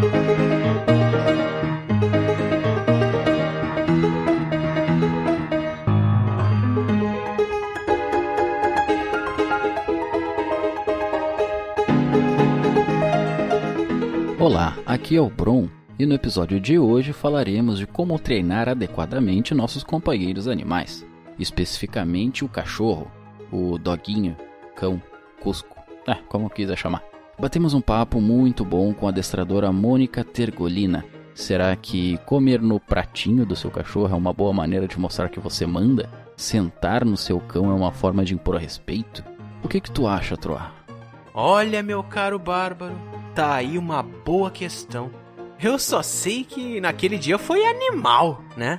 Olá, aqui é o Bron e no episódio de hoje falaremos de como treinar adequadamente nossos companheiros animais, especificamente o cachorro, o doguinho, cão, cusco, como quiser chamar. Batemos um papo muito bom com a adestradora Mônica Tergolina. Será que comer no pratinho do seu cachorro é uma boa maneira de mostrar que você manda? Sentar no seu cão é uma forma de impor respeito? O que tu acha, Troá? Olha, meu caro Bárbaro, tá aí uma boa questão. Eu só sei que naquele dia foi animal, né?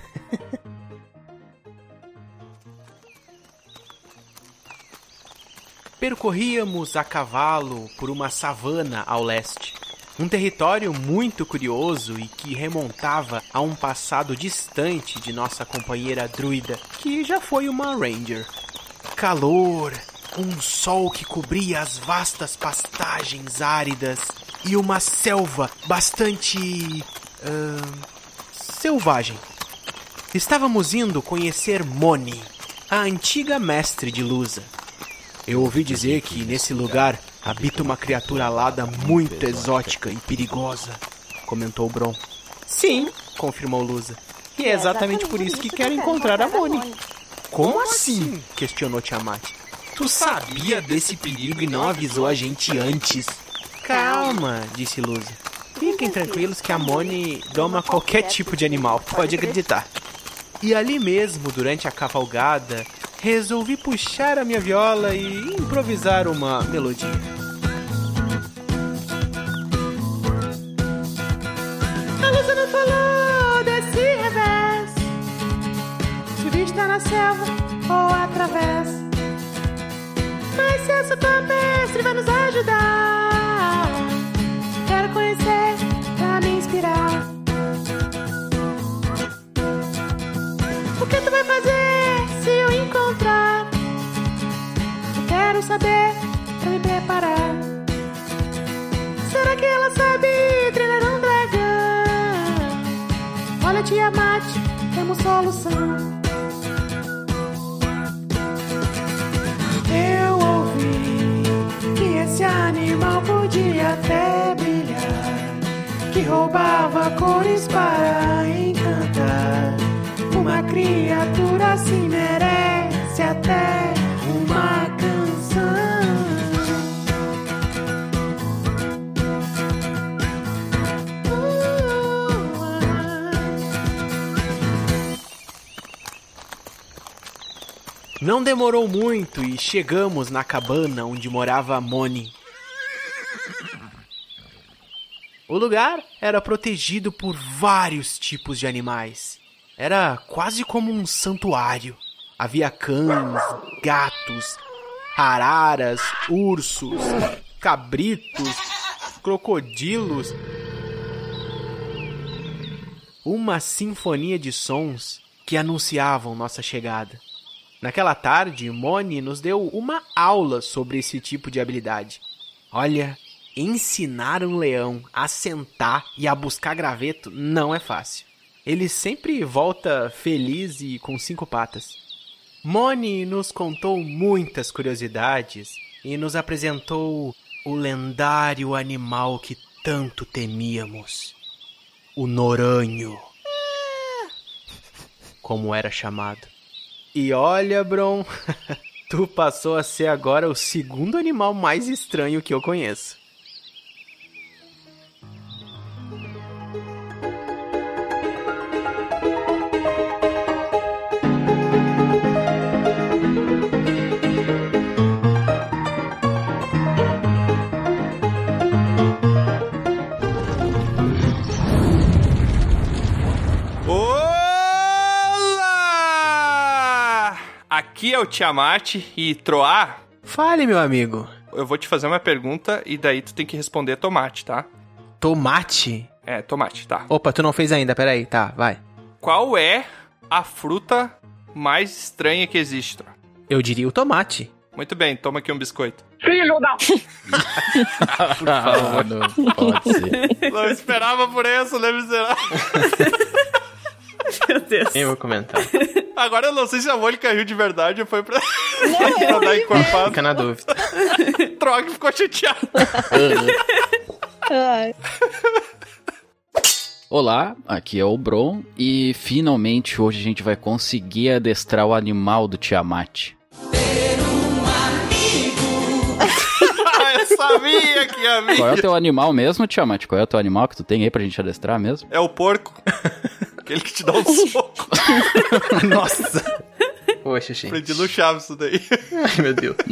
Percorríamos a cavalo por uma savana ao leste. Um território muito curioso e que remontava a um passado distante de nossa companheira druida, que já foi uma ranger. Calor, um sol que cobria as vastas pastagens áridas e uma selva bastante... selvagem. Estávamos indo conhecer Moni, a antiga mestre de Lusa. Eu ouvi dizer que nesse lugar habita uma criatura alada muito exótica e perigosa, comentou Bron. Sim, confirmou Lusa. E é exatamente por isso que quero encontrar a Moni. Como assim? Questionou Tiamat. Tu sabia desse perigo e não avisou a gente antes? Calma, disse Lusa. Fiquem tranquilos que a Moni doma qualquer tipo de animal, pode acreditar. E ali mesmo, durante a cavalgada, resolvi puxar a minha viola e improvisar uma melodia. A Lusa não falou desse revés, se o bicho está na selva ou através. Mas se essa tua mestre vai nos ajudar, quero conhecer pra me inspirar. O que tu vai fazer se eu encontrar? Eu quero saber pra me preparar. Será que ela sabe treinar um dragão? Olha, Tiamat, temos solução. Eu ouvi que esse animal podia até brilhar, que roubava cores para encantar. Uma criatura assim merece até uma canção. Não demorou muito e chegamos na cabana onde morava Moni. O lugar era protegido por vários tipos de animais. Era quase como um santuário. Havia cães, gatos, araras, ursos, cabritos, crocodilos. Uma sinfonia de sons que anunciavam nossa chegada. Naquela tarde, Moni nos deu uma aula sobre esse tipo de habilidade. Olha, ensinar um leão a sentar e a buscar graveto não é fácil. Ele sempre volta feliz e com 5 patas. Moni nos contou muitas curiosidades e nos apresentou o lendário animal que tanto temíamos. O Noranho, como era chamado. E olha, Bron, tu passou a ser agora o segundo animal mais estranho que eu conheço. Aqui é o Tiamat e Troá. Fale, meu amigo. Eu vou te fazer uma pergunta e daí tu tem que responder tomate, tá? Tomate? É, tomate, tá. Opa, tu não fez ainda, peraí, tá, vai. Qual é a fruta mais estranha que existe, Troá? Eu diria o tomate. Muito bem, toma aqui um biscoito. Filho da... Por favor, não pode ser. Não esperava por isso, né, miserável? Meu Deus. Nem vou comentar. Agora eu não sei se a Mônica riu de verdade ou foi pra, Não, pra dar encorpada. Fica na dúvida. Troca ficou chateado. Ai. Olá, aqui é o Bron e finalmente hoje a gente vai conseguir adestrar o animal do Tiamat. Eu sabia que ia vir. Qual é o teu animal mesmo, Tiamat? Qual é o teu animal que tu tem aí pra gente adestrar mesmo? É o porco. Aquele que te dá um soco. Nossa. Poxa, gente. Aprendi no Chaves isso daí. Ai, meu Deus.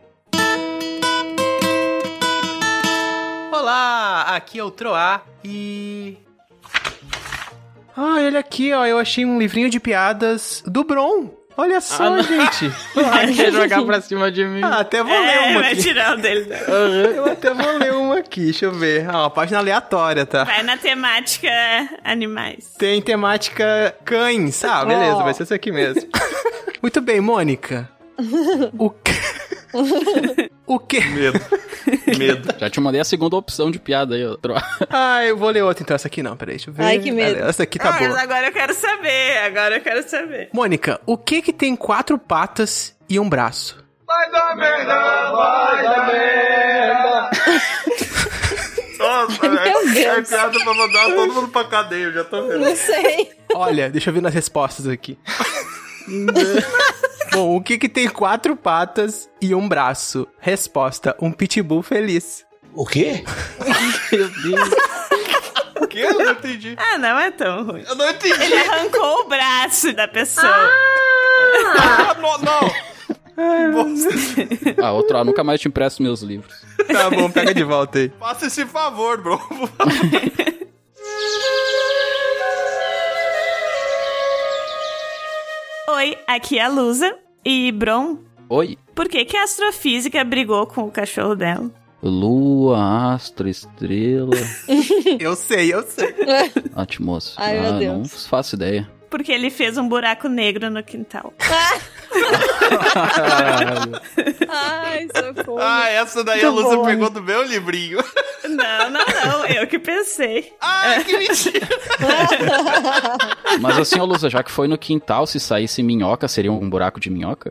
Olá, aqui é o Troá e... Ah, olha aqui, ó, eu achei um livrinho de piadas do Bron. Olha só, gente. Quer jogar pra cima de mim? Ah, até vou ler uma vai aqui. tirar o dele. Eu até vou ler uma aqui, deixa eu ver. Ah, uma página aleatória, tá? Vai na temática animais. Tem temática cães. Ah, beleza, vai ser isso aqui mesmo. Muito bem, Mônica. O que? Medo. Já te mandei a segunda opção de piada aí, ó. Ah, eu vou ler outra então. Essa aqui não, peraí, deixa eu ver. Ai, que medo. Essa aqui tá Mas boa. agora eu quero saber. Mônica, o que tem 4 patas e um braço? Nossa, Meu é Deus. piada pra mandar todo mundo pra cadeia, eu já tô vendo. Não sei. Olha, deixa eu ver nas respostas aqui. Bom, o que tem 4 patas e um braço? Resposta, um pitbull feliz. O quê? Meu Deus. O quê? Eu não entendi. Ah, não é tão ruim. Eu não entendi. Ele arrancou o braço da pessoa. Ah, não. Ah, outro, nunca mais te empresto meus livros. Tá bom, pega de volta aí. Faça esse favor, bro. Oi, aqui é a Lusa. E, Bron, Oi. por que a astrofísica brigou com o cachorro dela? Lua, astro, estrela, Eu sei. atmosfera. Ai, meu Deus. Não faço ideia. Porque ele fez um buraco negro no quintal. Ai, socorro. Ah, essa daí a Muito Lúcia bom. pegou do meu livrinho. Não, eu que pensei. Ah, que mentira. Mas assim, ô Lusa, já que foi no quintal, se saísse minhoca, seria um buraco de minhoca?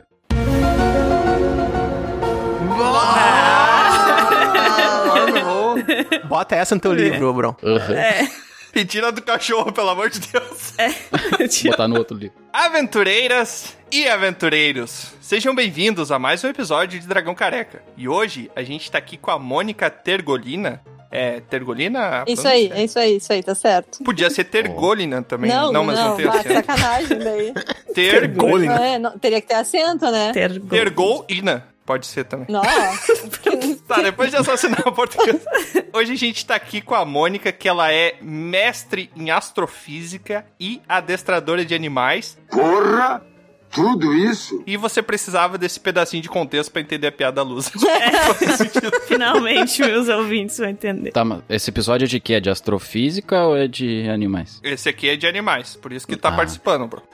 Bota essa no teu livro, Bron. Mentira do cachorro, pelo amor de Deus. Botar no outro livro. Aventureiras e aventureiros, sejam bem-vindos a mais um episódio de Dragão Careca. E hoje a gente tá aqui com a Mônica Tergolina. É Tergolina? a Isso aí, pronúncia? é isso aí, tá certo. Podia ser Tergolina também. Não, mas não tem ah, que acento. sacanagem daí. Tergolina. É, teria que ter acento, né? Tergolina. Pode ser também. Nossa. Tá, depois de assassinar o português. Hoje a gente tá aqui com a Mônica, que ela é mestre em astrofísica e adestradora de animais. Porra! Tudo isso? E você precisava desse pedacinho de contexto pra entender a piada da Luz. Finalmente meus ouvintes vão entender. Tá, mas esse episódio é de quê? É de astrofísica ou é de animais? Esse aqui é de animais, por isso que tá Ah. participando, bro.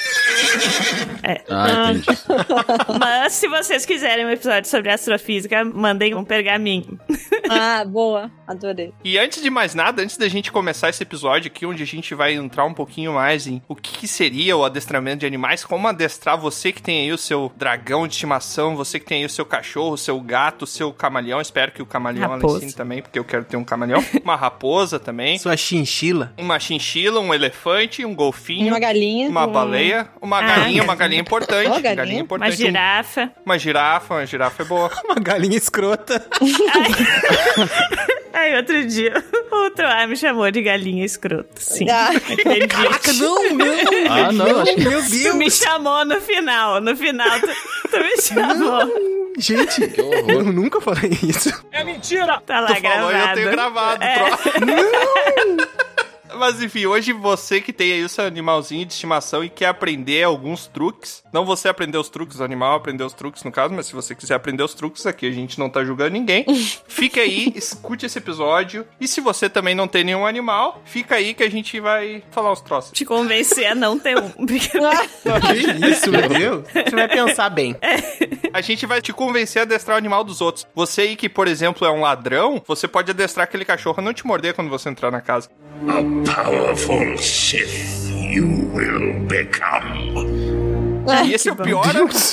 Ah, entendi. Mas se vocês quiserem um episódio sobre astrofísica, mandem um pergaminho. Ah, boa. Adorei. E antes de mais nada, antes da gente começar esse episódio aqui, onde a gente vai entrar um pouquinho mais em o que seria o adestramento de animais, como adestrar você que tem aí o seu dragão de estimação, você que tem aí o seu cachorro, o seu gato, o seu camaleão, espero que o camaleão ela Raposa. ensine também, porque eu quero ter um camaleão, uma raposa também, Sua chinchila. uma chinchila, um elefante, um golfinho, Uma galinha. uma baleia, uma galinha importante, Ó, galinha. galinha Uma importante, girafa. uma girafa é boa. Uma galinha escrota. Aí outro dia o Troá me chamou de galinha escrota. Sim. Ah. Aquele dia. Ah, não, acho que... Meu Tu Deus. me chamou no final. No final tu me chamou. Gente, Que horror. eu nunca falei isso. Tá lá Tu falou e eu tenho gravado, troca. Mas enfim, hoje você que tem aí o seu animalzinho de estimação e quer aprender alguns truques, não você aprender os truques do animal, aprender os truques no caso, mas se você quiser aprender os truques aqui, a gente não tá julgando ninguém. Fica aí, escute esse episódio. E se você também não tem nenhum animal, fica aí que a gente vai falar os troços. Te convencer a não ter um. Que isso, meu Deus. Você vai pensar bem. A gente vai te convencer a adestrar o animal dos outros. Você aí que, por exemplo, é um ladrão, você pode adestrar aquele cachorro a não te morder quando você entrar na casa. A powerful Sith you will become. E esse é o pior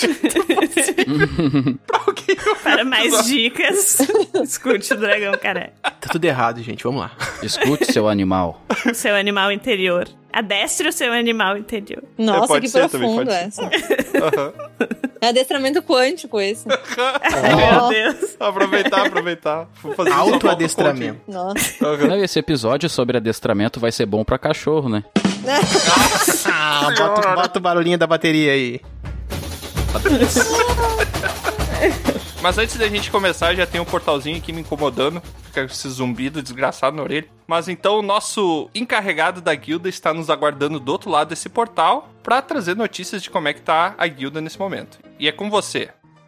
pra alguém. Para mais dicas, escute o Dragão Careca. Tá tudo errado, gente. Vamos lá. Escute seu animal. O seu animal interior. Adestre o seu animal interior. Nossa, pode que ser profundo também, pode essa. É adestramento quântico esse. Meu Deus. Aproveitar. Vou fazer Autoadestramento. Nossa. Não, e esse episódio sobre adestramento vai ser bom pra cachorro, né? Bota o barulhinho da bateria aí. Mas antes da gente começar, já tem um portalzinho aqui me incomodando. Fica esse zumbido desgraçado na orelha. Mas então o nosso encarregado da guilda está nos aguardando do outro lado desse portal pra trazer notícias de como é que tá a guilda nesse momento. E é com você.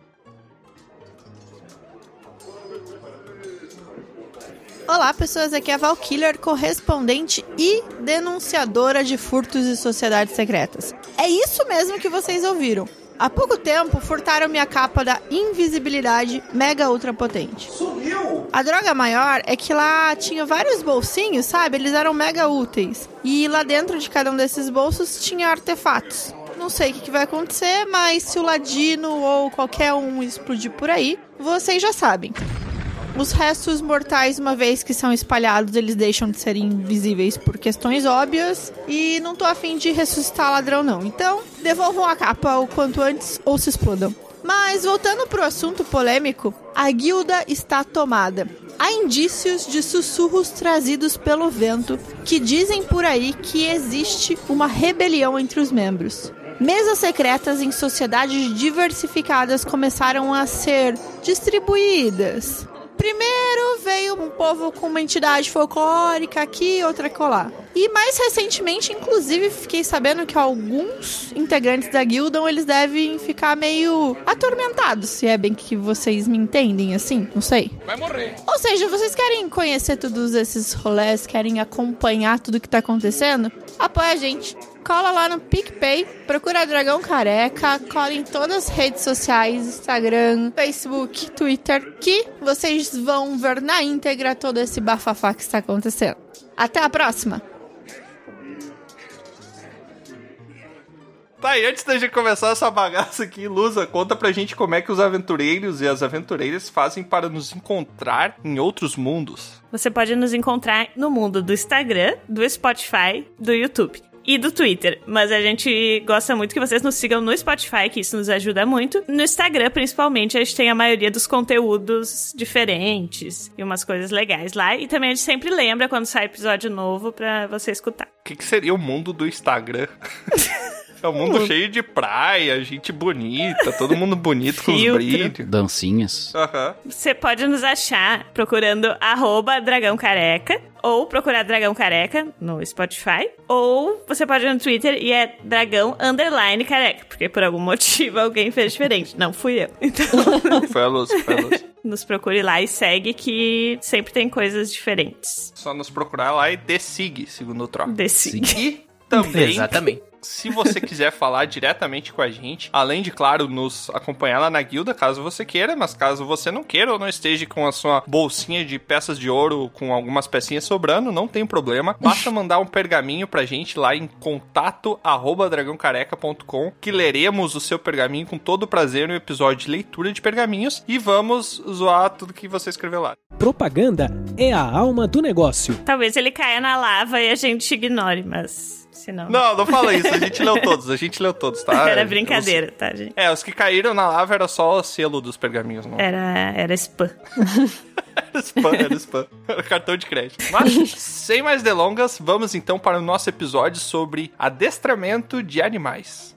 Olá, pessoas, aqui é a Valkiller, correspondente e denunciadora de furtos e sociedades secretas. É isso mesmo que vocês ouviram. Há pouco tempo, furtaram minha capa da invisibilidade mega ultra potente. Sumiu! A droga maior é que lá tinha vários bolsinhos, sabe? Eles eram mega úteis. E lá dentro de cada um desses bolsos tinha artefatos. Não sei o que vai acontecer, mas se o Ladino ou qualquer um explodir por aí, vocês já sabem. Os restos mortais, uma vez que são espalhados, eles deixam de ser invisíveis por questões óbvias. E não tô a fim de ressuscitar ladrão, não. Então, devolvam a capa o quanto antes ou se explodam. Mas, voltando pro assunto polêmico, a guilda está tomada. Há indícios de sussurros trazidos pelo vento que dizem por aí que existe uma rebelião entre os membros. Mesas secretas em sociedades diversificadas começaram a ser distribuídas. Primeiro veio um povo com uma entidade folclórica aqui, outra colar. E mais recentemente, inclusive, fiquei sabendo que alguns integrantes da guilda, eles devem ficar meio atormentados, se é bem que vocês me entendem, assim, não sei. Vai morrer. Ou seja, vocês querem conhecer todos esses rolês, querem acompanhar tudo que tá acontecendo? Apoia a gente. Cola lá no PicPay, procura Dragão Careca, cola em todas as redes sociais, Instagram, Facebook, Twitter, que vocês vão ver na íntegra todo esse bafafá que está acontecendo. Até a próxima! Tá, e antes da gente começar essa bagaça aqui, Lusa, conta pra gente como é que os aventureiros e as aventureiras fazem para nos encontrar em outros mundos. Você pode nos encontrar no mundo do Instagram, do Spotify, do YouTube e do Twitter, mas a gente gosta muito que vocês nos sigam no Spotify, que isso nos ajuda muito. No Instagram, principalmente, a gente tem a maioria dos conteúdos diferentes e umas coisas legais lá, e também a gente sempre lembra quando sai episódio novo pra você escutar. O que seria o mundo do Instagram? É um mundo cheio de praia, gente bonita, todo mundo bonito com os brilhos. Dancinhas. Você pode nos achar procurando @dragãocareca, ou procurar Dragão Careca no Spotify, ou você pode ir no Twitter e é dragão_careca, porque por algum motivo alguém fez diferente. Não fui eu. Então... Foi a Luz. Nos procure lá e segue, que sempre tem coisas diferentes. Só nos procurar lá e sigue, segundo o Troca. Sigue. E também... Exatamente. Se você quiser falar diretamente com a gente, além de, claro, nos acompanhar lá na guilda, caso você queira, mas caso você não queira ou não esteja com a sua bolsinha de peças de ouro com algumas pecinhas sobrando, não tem problema. Basta mandar um pergaminho pra gente lá em contato@dragãocareca.com, que leremos o seu pergaminho com todo prazer no episódio de leitura de pergaminhos e vamos zoar tudo que você escreveu lá. Propaganda é a alma do negócio. Talvez ele caia na lava e a gente ignore, mas... Senão... Não fala isso, a gente leu todos, tá? Era brincadeira, tá, gente? Os que caíram na lava era só o selo dos pergaminhos, não? Era spam. Era spam. Era cartão de crédito. Mas, sem mais delongas, vamos então para o nosso episódio sobre adestramento de animais.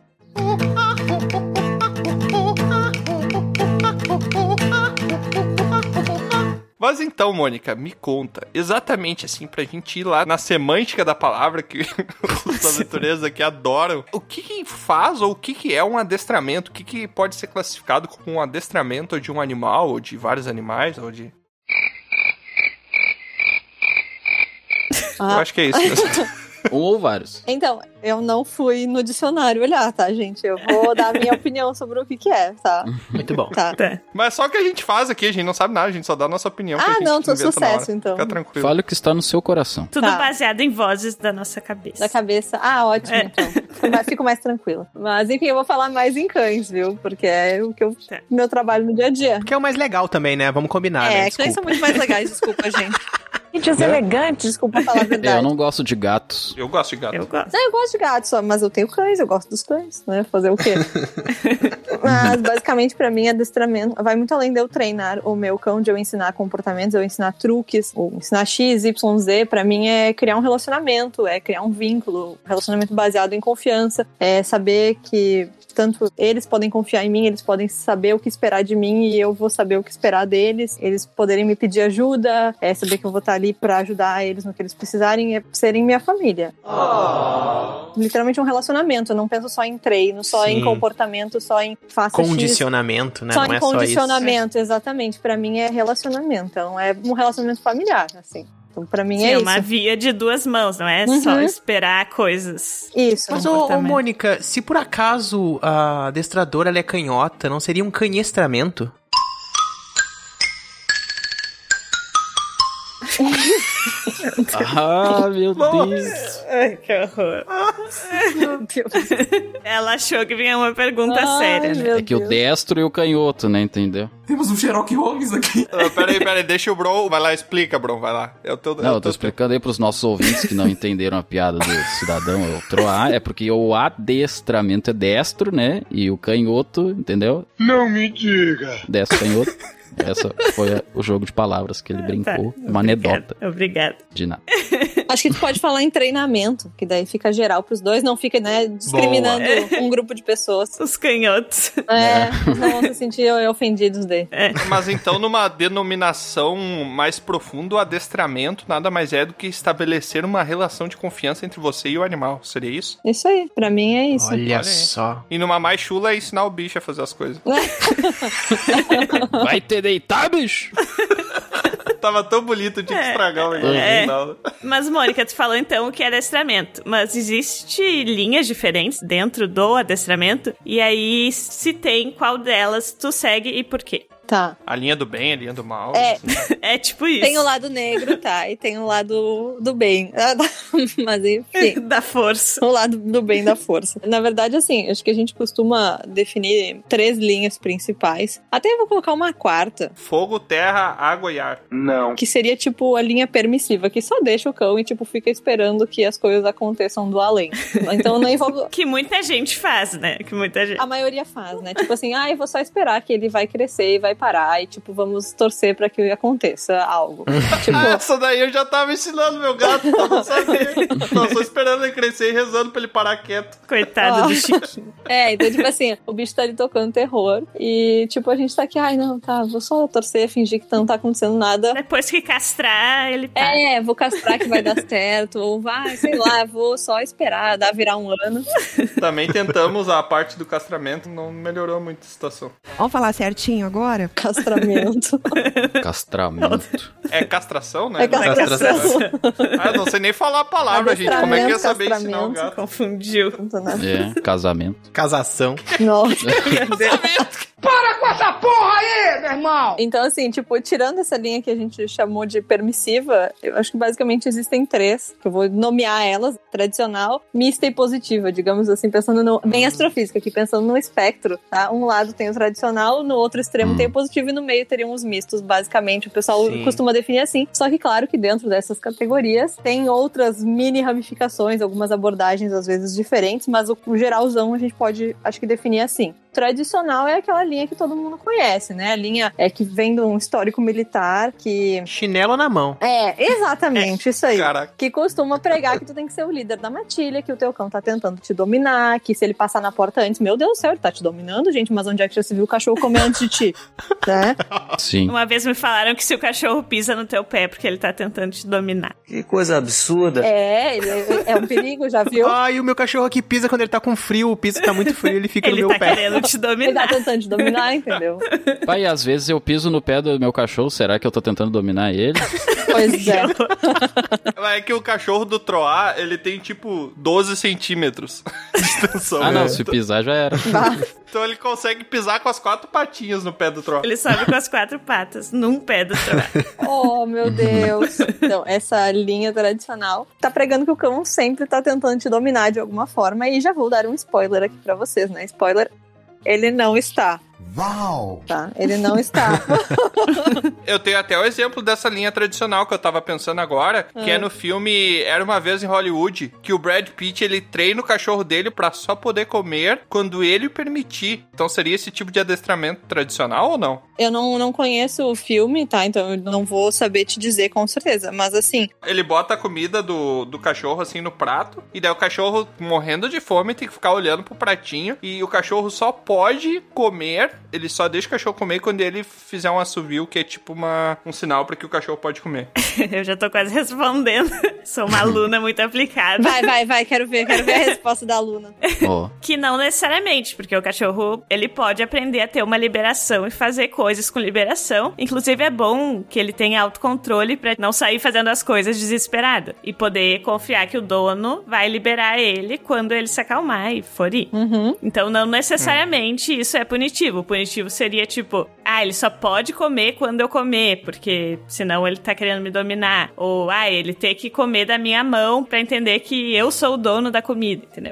Mas então, Mônica, me conta, exatamente assim, pra gente ir lá na semântica da palavra que os aventureiros aqui adoram, o que faz ou o que é um adestramento? O que pode ser classificado como um adestramento de um animal, ou de vários animais, ou de... Eu acho que é isso mesmo. Um ou vários. Então, eu não fui no dicionário olhar, tá, gente? Eu vou dar a minha opinião sobre o que é, tá? Muito bom. Tá. Mas só o que a gente faz aqui, a gente não sabe nada, a gente só dá a nossa opinião. Ah, não, tô sucesso, então. Fica tranquilo. Fale o que está no seu coração. Tudo baseado em vozes da nossa cabeça. Da cabeça. Ah, ótimo, então. Fico mais tranquila. Mas, enfim, eu vou falar mais em cães, viu? Porque é o que meu trabalho no dia a dia. Que é o mais legal também, né? Vamos combinar, né? Cães são muito mais legais, desculpa, gente. Gente, os elegantes, desculpa falar a verdade. Eu não gosto de gatos. Eu gosto de gatos. Eu gosto. Não, eu gosto de gatos, mas eu tenho cães, eu gosto dos cães, né? Fazer o quê? Mas, basicamente, pra mim, adestramento vai muito além de eu treinar o meu cão, de eu ensinar comportamentos, eu ensinar truques, ou ensinar X, Y, Z. Pra mim, é criar um relacionamento, é criar um vínculo, um relacionamento baseado em confiança, é saber que tanto eles podem confiar em mim, eles podem saber o que esperar de mim e eu vou saber o que esperar deles, eles poderem me pedir ajuda, é saber que eu vou estar ali pra ajudar eles no que eles precisarem, é serem minha família. Literalmente um relacionamento, eu não penso só em treino, só em comportamento, só em faça condicionamento, X, né? só Não em é só isso. condicionamento, exatamente. Pra mim é relacionamento, então é um relacionamento familiar, assim. Então, pra mim é isso. É uma via de duas mãos, não é só esperar coisas. Isso. Mas, ô, Mônica, se por acaso a adestradora ela é canhota, não seria um canhestramento? Ah, meu Deus. Ai, que horror. Meu Deus. Ela achou que vinha uma pergunta séria, né? É que o destro e o canhoto, né? Entendeu? Temos um Sherlock Holmes aqui. Peraí, deixa o Bron. Vai lá, explica, Bron, vai lá. Eu tô explicando aí pros nossos ouvintes que não entenderam a piada do cidadão. É porque o adestramento é destro, né? E o canhoto, entendeu? Não me diga. Destro, canhoto. Essa foi o jogo de palavras que ele brincou. Uma anedota. Obrigada. De nada. Acho que tu pode falar em treinamento, que daí fica geral pros dois, não fica, né, discriminando um grupo de pessoas. Os canhotos. Não vão se sentir ofendidos daí. Mas então, numa denominação mais profunda, o adestramento nada mais é do que estabelecer uma relação de confiança entre você e o animal. Seria isso? Isso aí, pra mim é isso. Olha só. E numa mais chula é ensinar o bicho a fazer as coisas. Vai te deitar, bicho! Tava tão bonito, tinha que estragar o negócio. Mas, Mônica, tu falou então o que é adestramento. Mas existe linhas diferentes dentro do adestramento? E aí, se tem, qual delas tu segue e por quê? Tá. A linha do bem, a linha do mal. É tipo isso. Tem o lado negro, tá? E tem o lado do bem. Mas enfim. Da força. O lado do bem da força. Na verdade, assim, acho que a gente costuma definir 3 linhas principais. Até eu vou colocar uma 4. Fogo, terra, água e ar. Não. Que seria, tipo, a linha permissiva, que só deixa o cão e, tipo, fica esperando que as coisas aconteçam do além. Então não envolve... Que muita gente faz, né? Que muita gente... A maioria faz, né? Tipo assim, eu vou só esperar que ele vai crescer e vai parar e, tipo, vamos torcer pra que aconteça algo. Tipo... Essa daí eu já tava ensinando meu gato, tava sabendo. Tava só esperando ele crescer e rezando pra ele parar quieto. Coitado do Chiquinho. Então, tipo assim, o bicho tá ali tocando terror e, tipo, a gente tá aqui, vou só torcer, fingir que não tá acontecendo nada. Depois que castrar, ele tá. Vou castrar que vai dar certo, ou sei lá, vou só esperar, virar um ano. Também tentamos a parte do castramento, não melhorou muito a situação. Vamos falar certinho agora? Castramento. Castramento. É castração, né? É castração. Eu não sei nem falar a palavra, gente. Como é que ia saber ensinar o gato? Confundiu. Casamento. Casação. Nossa. Casamento. Para com essa porra aí, meu irmão! Então, assim, tipo, tirando essa linha que a gente chamou de permissiva, eu acho que basicamente existem 3, que eu vou nomear elas, tradicional, mista e positiva, digamos assim, pensando bem astrofísica aqui, pensando no espectro, tá? Um lado tem o tradicional, no outro extremo tem o positivo e no meio teriam os mistos, basicamente, o pessoal costuma definir assim, só que claro que dentro dessas categorias tem outras mini ramificações, algumas abordagens às vezes diferentes, mas o geralzão a gente pode, acho que definir assim. Tradicional é aquela linha que todo mundo conhece, né? A linha que vem de um histórico militar que... Chinelo na mão. Exatamente, isso aí. Caraca. Que costuma pregar que tu tem que ser o líder da matilha, que o teu cão tá tentando te dominar, que se ele passar na porta antes, meu Deus do céu, ele tá te dominando, gente, mas onde é que já se viu o cachorro comer antes de ti? Né? Sim. Uma vez me falaram que se o cachorro pisa no teu pé é porque ele tá tentando te dominar. Que coisa absurda. É um perigo, já viu? E o meu cachorro aqui pisa quando ele tá com frio, o piso tá muito frio, ele fica no meu pé. Querendo te dominar. Ele tá tentando te dominar, entendeu? Pai, às vezes eu piso no pé do meu cachorro, será que eu tô tentando dominar ele? Pois é. É que o cachorro do Troá, ele tem tipo 12 centímetros de extensão. Ah, não, se pisar já era. Então ele consegue pisar com as 4 patinhas no pé do Troá. Ele sobe com as 4 patas num pé do Troá. Oh, meu Deus. Então, essa linha tradicional tá pregando que o cão sempre tá tentando te dominar de alguma forma. E já vou dar um spoiler aqui pra vocês, né? Spoiler, ele não está. Uau! Tá, ele não está. Eu tenho até o exemplo dessa linha tradicional que eu tava pensando agora, que é no filme Era Uma Vez em Hollywood, que o Brad Pitt, ele treina o cachorro dele pra só poder comer quando ele permitir. Então seria esse tipo de adestramento tradicional ou não? Eu não conheço o filme, tá? Então eu não vou saber te dizer com certeza, mas assim... Ele bota a comida do cachorro assim no prato, e daí o cachorro, morrendo de fome, tem que ficar olhando pro pratinho, e o cachorro só pode comer, ele só deixa o cachorro comer quando ele fizer um assovio, que é tipo um sinal pra que o cachorro pode comer. Eu já tô quase respondendo. Sou uma aluna muito aplicada. Vai, quero ver a resposta da aluna. Oh. Que não necessariamente, porque o cachorro, ele pode aprender a ter uma liberação e fazer coisas com liberação. Inclusive é bom que ele tenha autocontrole pra não sair fazendo as coisas desesperado. E poder confiar que o dono vai liberar ele quando ele se acalmar e for ir. Então não necessariamente isso é punitivo. O punitivo seria tipo, ele só pode comer quando eu comer, porque senão ele tá querendo me dominar. Ou, ele tem que comer da minha mão pra entender que eu sou o dono da comida, entendeu?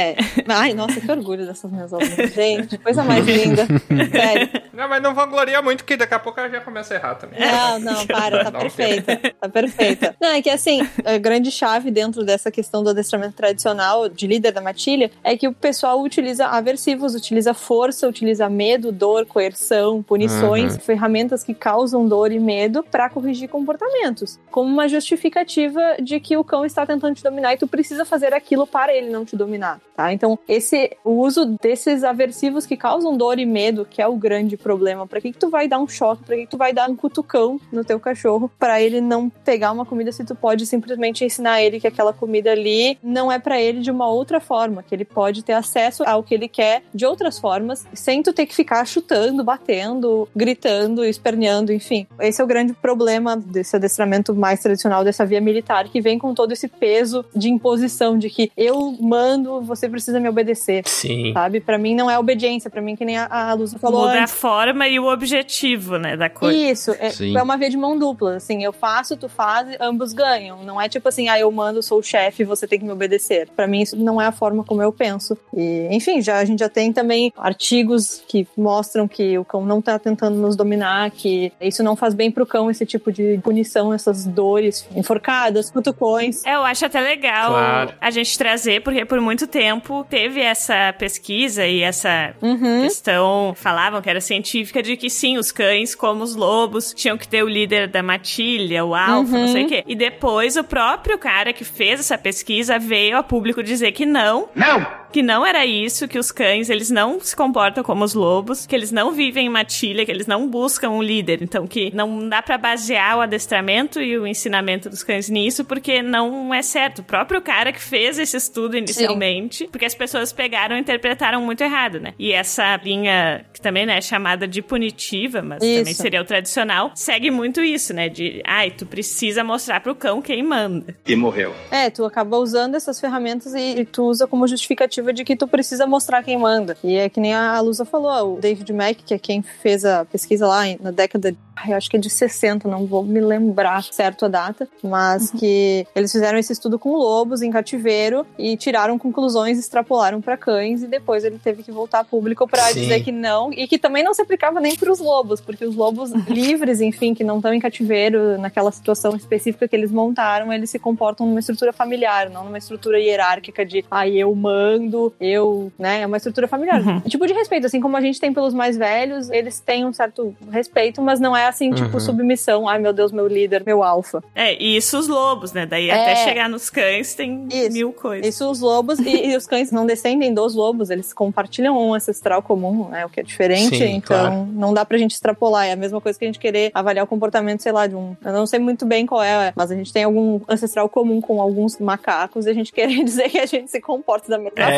Ai, nossa, que orgulho dessas minhas alunas. Gente, coisa mais linda. Sério. Não, mas não vangloria muito, que daqui a pouco ela já começa a errar também. Não, para, tá perfeita. Tá perfeita. Não, é que assim, a grande chave dentro dessa questão do adestramento tradicional de líder da matilha é que o pessoal utiliza aversivos, utiliza força, utiliza medo, dor, coerção, punições, ferramentas que causam dor e medo pra corrigir comportamentos, como uma justificativa de que o cão está tentando te dominar e tu precisa fazer aquilo para ele não te dominar, tá? Então, o uso desses aversivos que causam dor e medo, que é o grande problema. Pra que tu vai dar um choque? Pra que tu vai dar um cutucão no teu cachorro pra ele não pegar uma comida, se tu pode simplesmente ensinar ele que aquela comida ali não é pra ele de uma outra forma, que ele pode ter acesso ao que ele quer de outras formas, sem tu ter que ficar chutando, batendo, gritando, esperneando, enfim. Esse é o grande problema desse adestramento mais tradicional, dessa via militar, que vem com todo esse peso de imposição, de que eu mando, você precisa me obedecer. Sim. Sabe? Pra mim não é obediência, pra mim que nem a Lusa falou muda antes. A forma e o objetivo, né, da coisa. Isso, é uma via de mão dupla, assim, eu faço, tu faz, ambos ganham. Não é tipo assim, eu mando, sou o chefe, você tem que me obedecer. Pra mim isso não é a forma como eu penso. E, enfim, a gente já tem também artigos que mostram que o cão não tá tentando nos dominar, que isso não faz bem pro cão, esse tipo de punição, essas dores, enforcadas, cutucões. Eu acho até legal a gente trazer, porque por muito tempo teve essa pesquisa e essa questão, falavam que era científica, de que sim, os cães, como os lobos, tinham que ter o líder da matilha, o alfa, não sei o quê. E depois o próprio cara que fez essa pesquisa veio a público dizer que não! Que não era isso, que os cães, eles não se comportam como os lobos, que eles não vivem em matilha, que eles não buscam um líder. Então, que não dá pra basear o adestramento e o ensinamento dos cães nisso, porque não é certo. O próprio cara que fez esse estudo inicialmente, porque as pessoas pegaram e interpretaram muito errado, né? E essa linha, que também, né, é chamada de punitiva, mas também seria o tradicional, segue muito isso, né? De, tu precisa mostrar pro cão quem manda. E morreu. Tu acaba usando essas ferramentas e tu usa como justificativa de que tu precisa mostrar quem manda. E é que nem a Lusa falou, o David Mack, que é quem fez a pesquisa lá na década, eu acho que é de 60, não vou me lembrar certo a data, mas que eles fizeram esse estudo com lobos em cativeiro e tiraram conclusões, extrapolaram para cães, e depois ele teve que voltar a público para dizer que não, e que também não se aplicava nem para os lobos, porque os lobos livres, enfim, que não estão em cativeiro, naquela situação específica que eles montaram, eles se comportam numa estrutura familiar, não numa estrutura hierárquica de, eu mando, né, é uma estrutura familiar. Tipo de respeito, assim como a gente tem pelos mais velhos, eles têm um certo respeito, mas não é assim, tipo, submissão, meu Deus, meu líder, meu alfa. E isso os lobos, né, daí até chegar nos cães tem mil coisas. Isso os lobos, e os cães não descendem dos lobos, eles compartilham um ancestral comum, né, o que é diferente, então não dá pra gente extrapolar, é a mesma coisa que a gente querer avaliar o comportamento, sei lá, de eu não sei muito bem qual é, mas a gente tem algum ancestral comum com alguns macacos, e a gente querer dizer que a gente se comporta da mesma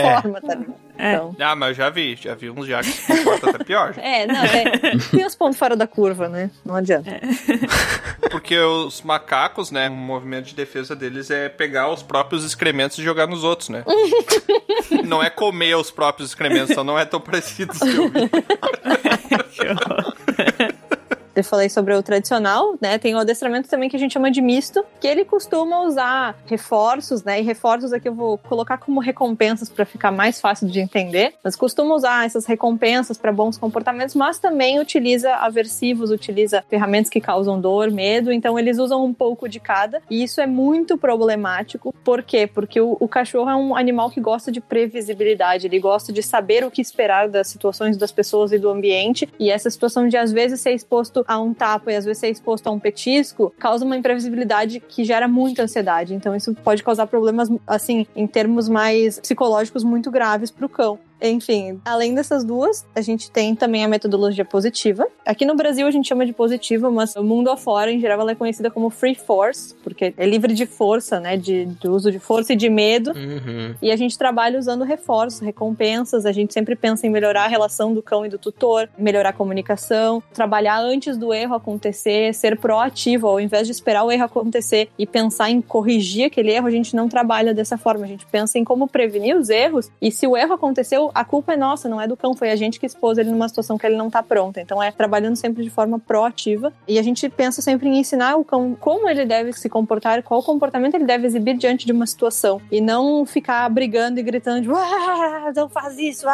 forma, tá ligado? Então. Ah, mas eu já vi uns já que se comportam até pior. Tem os pontos fora da curva, né? Não adianta. Porque os macacos, né, o movimento de defesa deles é pegar os próprios excrementos e jogar nos outros, né? Não é comer os próprios excrementos, então não é tão parecido que eu vi. Que horror. Eu falei sobre o tradicional, né? Tem o adestramento também que a gente chama de misto, que ele costuma usar reforços, né? E reforços aqui eu vou colocar como recompensas para ficar mais fácil de entender. Mas costuma usar essas recompensas para bons comportamentos, mas também utiliza aversivos, utiliza ferramentas que causam dor, medo. Então eles usam um pouco de cada. E isso é muito problemático. Por quê? Porque o cachorro é um animal que gosta de previsibilidade. Ele gosta de saber o que esperar das situações das pessoas e do ambiente. E essa situação de às vezes ser exposto a um tapa e às vezes ser exposto a um petisco causa uma imprevisibilidade que gera muita ansiedade. Então isso pode causar problemas, assim, em termos mais psicológicos muito graves pro cão. Enfim, além dessas duas, a gente tem também a metodologia positiva. Aqui no Brasil a gente chama de positiva, mas o mundo afora, em geral, ela é conhecida como free force, porque é livre de força, né, do uso de força e de medo. E a gente trabalha usando reforços, recompensas. A gente sempre pensa em melhorar a relação do cão e do tutor, melhorar a comunicação, trabalhar antes do erro acontecer, ser proativo, ao invés de esperar o erro acontecer e pensar em corrigir aquele erro. A gente não trabalha dessa forma, a gente pensa em como prevenir os erros, e se o erro aconteceu, a culpa é nossa, não é do cão, foi a gente que expôs ele numa situação que ele não tá pronto. Então é trabalhando sempre de forma proativa, e a gente pensa sempre em ensinar o cão como ele deve se comportar, qual comportamento ele deve exibir diante de uma situação, e não ficar brigando e gritando, não faz isso,